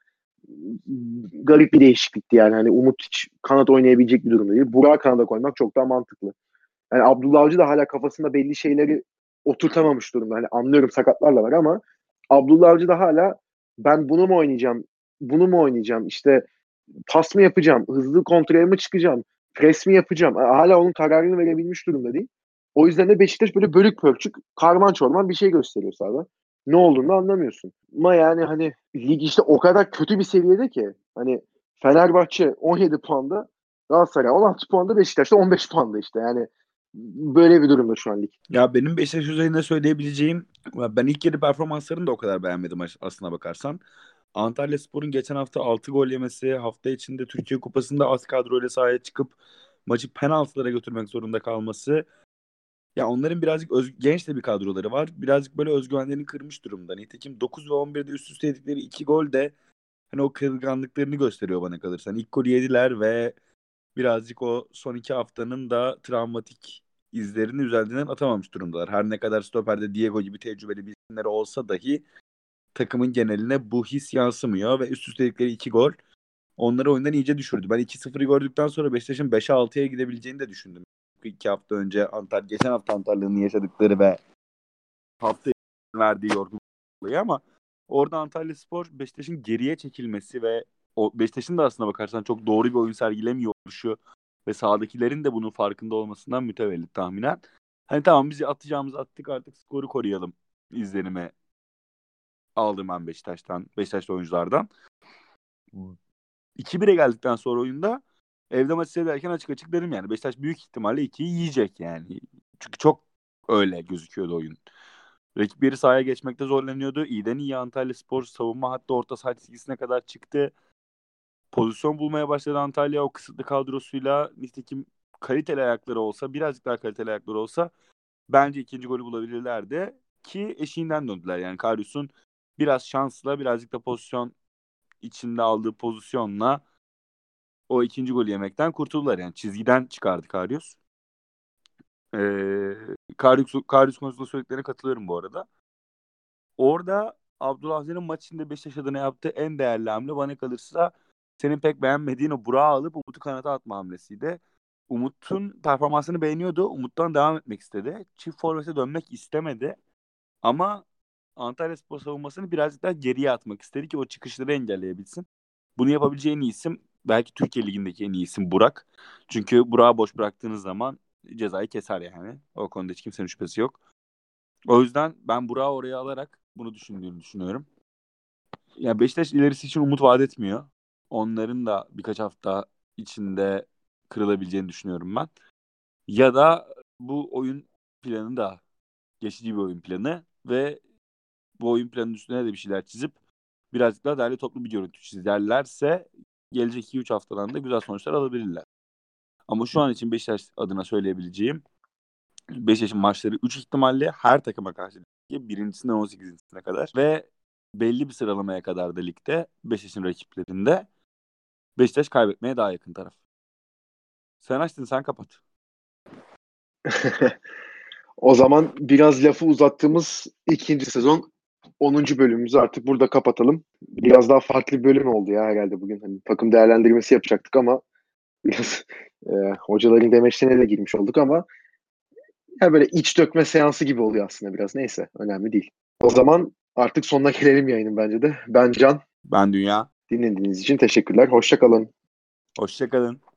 A: Garip bir değişiklikti yani. Hani Umut hiç kanat oynayabilecek bir durumda değil. Burak'ı kanada koymak çok daha mantıklı. Yani Abdullah Avcı da hala kafasında belli şeyleri oturtamamış durumda. Hani anlıyorum sakatlarla var ama Abdullah Avcı da hala ben bunu mu oynayacağım, bunu mu oynayacağım, işte pas mı yapacağım, hızlı kontraya mı çıkacağım, pres mi yapacağım? Hala onun kararını verebilmiş durumda değil. O yüzden de Beşiktaş böyle bölük pörçük, karman çorman bir şey gösteriyor sahada. Ne olduğunu da anlamıyorsun. Ama yani hani lig işte o kadar kötü bir seviyede ki hani Fenerbahçe 17 puanda, Galatasaray 16 puanda, Beşiktaş'ta 15 puanda işte. Yani böyle bir durumda şu an lig.
B: Ya benim Beşiktaş üzerinde söyleyebileceğim, ben ilk yarı performanslarını da o kadar beğenmedim aslına bakarsan. Antalyaspor'un geçen hafta 6 gol yemesi, hafta içinde Türkiye Kupası'nda az kadroyla sahaya çıkıp maçı penaltılara götürmek zorunda kalması. Ya onların birazcık genç de bir kadroları var. Birazcık böyle özgüvenlerini kırmış durumda. Nitekim 9 ve 11'de üst üste yedikleri 2 gol de hani o kırılganlıklarını gösteriyor bana kalırsa. Hani ilk golü yediler ve birazcık o son 2 haftanın da travmatik izlerini üzerinden atamamış durumdalar. Her ne kadar stoperde Diego gibi tecrübeli bir isimleri olsa dahi takımın geneline bu his yansımıyor ve üst üste yedikleri 2 gol onları oyundan iyice düşürdü. Ben 2-0'ı gördükten sonra Beşiktaş'ın 5'e 6'ya gidebileceğini de düşündüm. 2 hafta önce geçen hafta Antalya'nın yaşadıkları ve hafta verdiği yorgunluk dolayı ama orada Antalyaspor Beşiktaş'ın geriye çekilmesi ve o Beşiktaş'ın da aslına bakarsan çok doğru bir oyun sergilemiyor oluşu ve sahadakilerin de bunun farkında olmasından mütevellit tahminen. Hani tamam biz atacağımızı attık, artık skoru koruyalım izlenime aldım ben Beşiktaşlı oyunculardan. 2-1'e geldikten sonra oyunda evde maçı seyrederken açık açık dedim yani Beşiktaş büyük ihtimalle 2'yi yiyecek yani. Çünkü çok öyle gözüküyordu oyun. Rakipleri sahaya geçmekte zorlanıyordu. İyiden iyi Antalyaspor savunma hatta orta saha çizgisine kadar çıktı. Pozisyon bulmaya başladı Antalya o kısıtlı kadrosuyla. Nitekim kaliteli ayakları olsa, birazcık daha kaliteli ayakları olsa bence ikinci golü bulabilirlerdi. Ki eşiğinden döndüler. Yani Karius'un biraz şansla, birazcık da pozisyon içinde aldığı pozisyonla o ikinci golü yemekten kurtuldular. Yani çizgiden çıkardı Karius. Karius konusunda söylediklerine katılıyorum bu arada. Orada Abdullah Avcı'nın maç içinde Beşiktaş adına yaptığı en değerli hamle bana kalırsa senin pek beğenmediğin o Burak'ı alıp Umut'u kanata atma hamlesiydi. Umut'un performansını beğeniyordu. Umut'tan devam etmek istedi. Çift forvete dönmek istemedi. Ama Antalyaspor savunmasını birazcık daha geriye atmak istedi ki o çıkışları engelleyebilsin. Bunu yapabileceği en iyi isim belki Türkiye Ligi'ndeki en iyi isim Burak. Çünkü Burak'ı boş bıraktığınız zaman cezayı keser yani. O konuda hiç kimsenin şüphesi yok. O yüzden ben Burak'ı oraya alarak bunu düşündüğünü düşünüyorum. Ya Beşiktaş ilerisi için umut vaat etmiyor. Onların da birkaç hafta içinde kırılabileceğini düşünüyorum ben. Ya da bu oyun planı da geçici bir oyun planı ve bu oyun planının üstüne de bir şeyler çizip birazcık daha değerli toplu bir görüntü çizerlerse gelecek 2-3 haftadan da güzel sonuçlar alabilirler. Ama şu an için Beşiktaş adına söyleyebileceğim Beşiktaş'ın maçları 3 ihtimalle her takıma karşı birincisinden 18'sine kadar ve belli bir sıralamaya kadar da ligde Beşiktaş'ın rakiplerinde Beşiktaş kaybetmeye daha yakın taraf. Sen açtın, sen kapat.
A: O zaman biraz lafı uzattığımız ikinci sezon 10. bölümümüzü artık burada kapatalım. Biraz daha farklı bir bölüm oldu ya herhalde bugün. Hani takım değerlendirmesi yapacaktık ama biraz hocaların demeçlerine de girmiş olduk ama ya böyle iç dökme seansı gibi oluyor aslında biraz. Neyse, önemli değil. O zaman artık sonuna gelelim yayının bence de. Ben Can.
B: Ben Dünya.
A: Dinlediğiniz için teşekkürler. Hoşça kalın.
B: Hoşça kalın.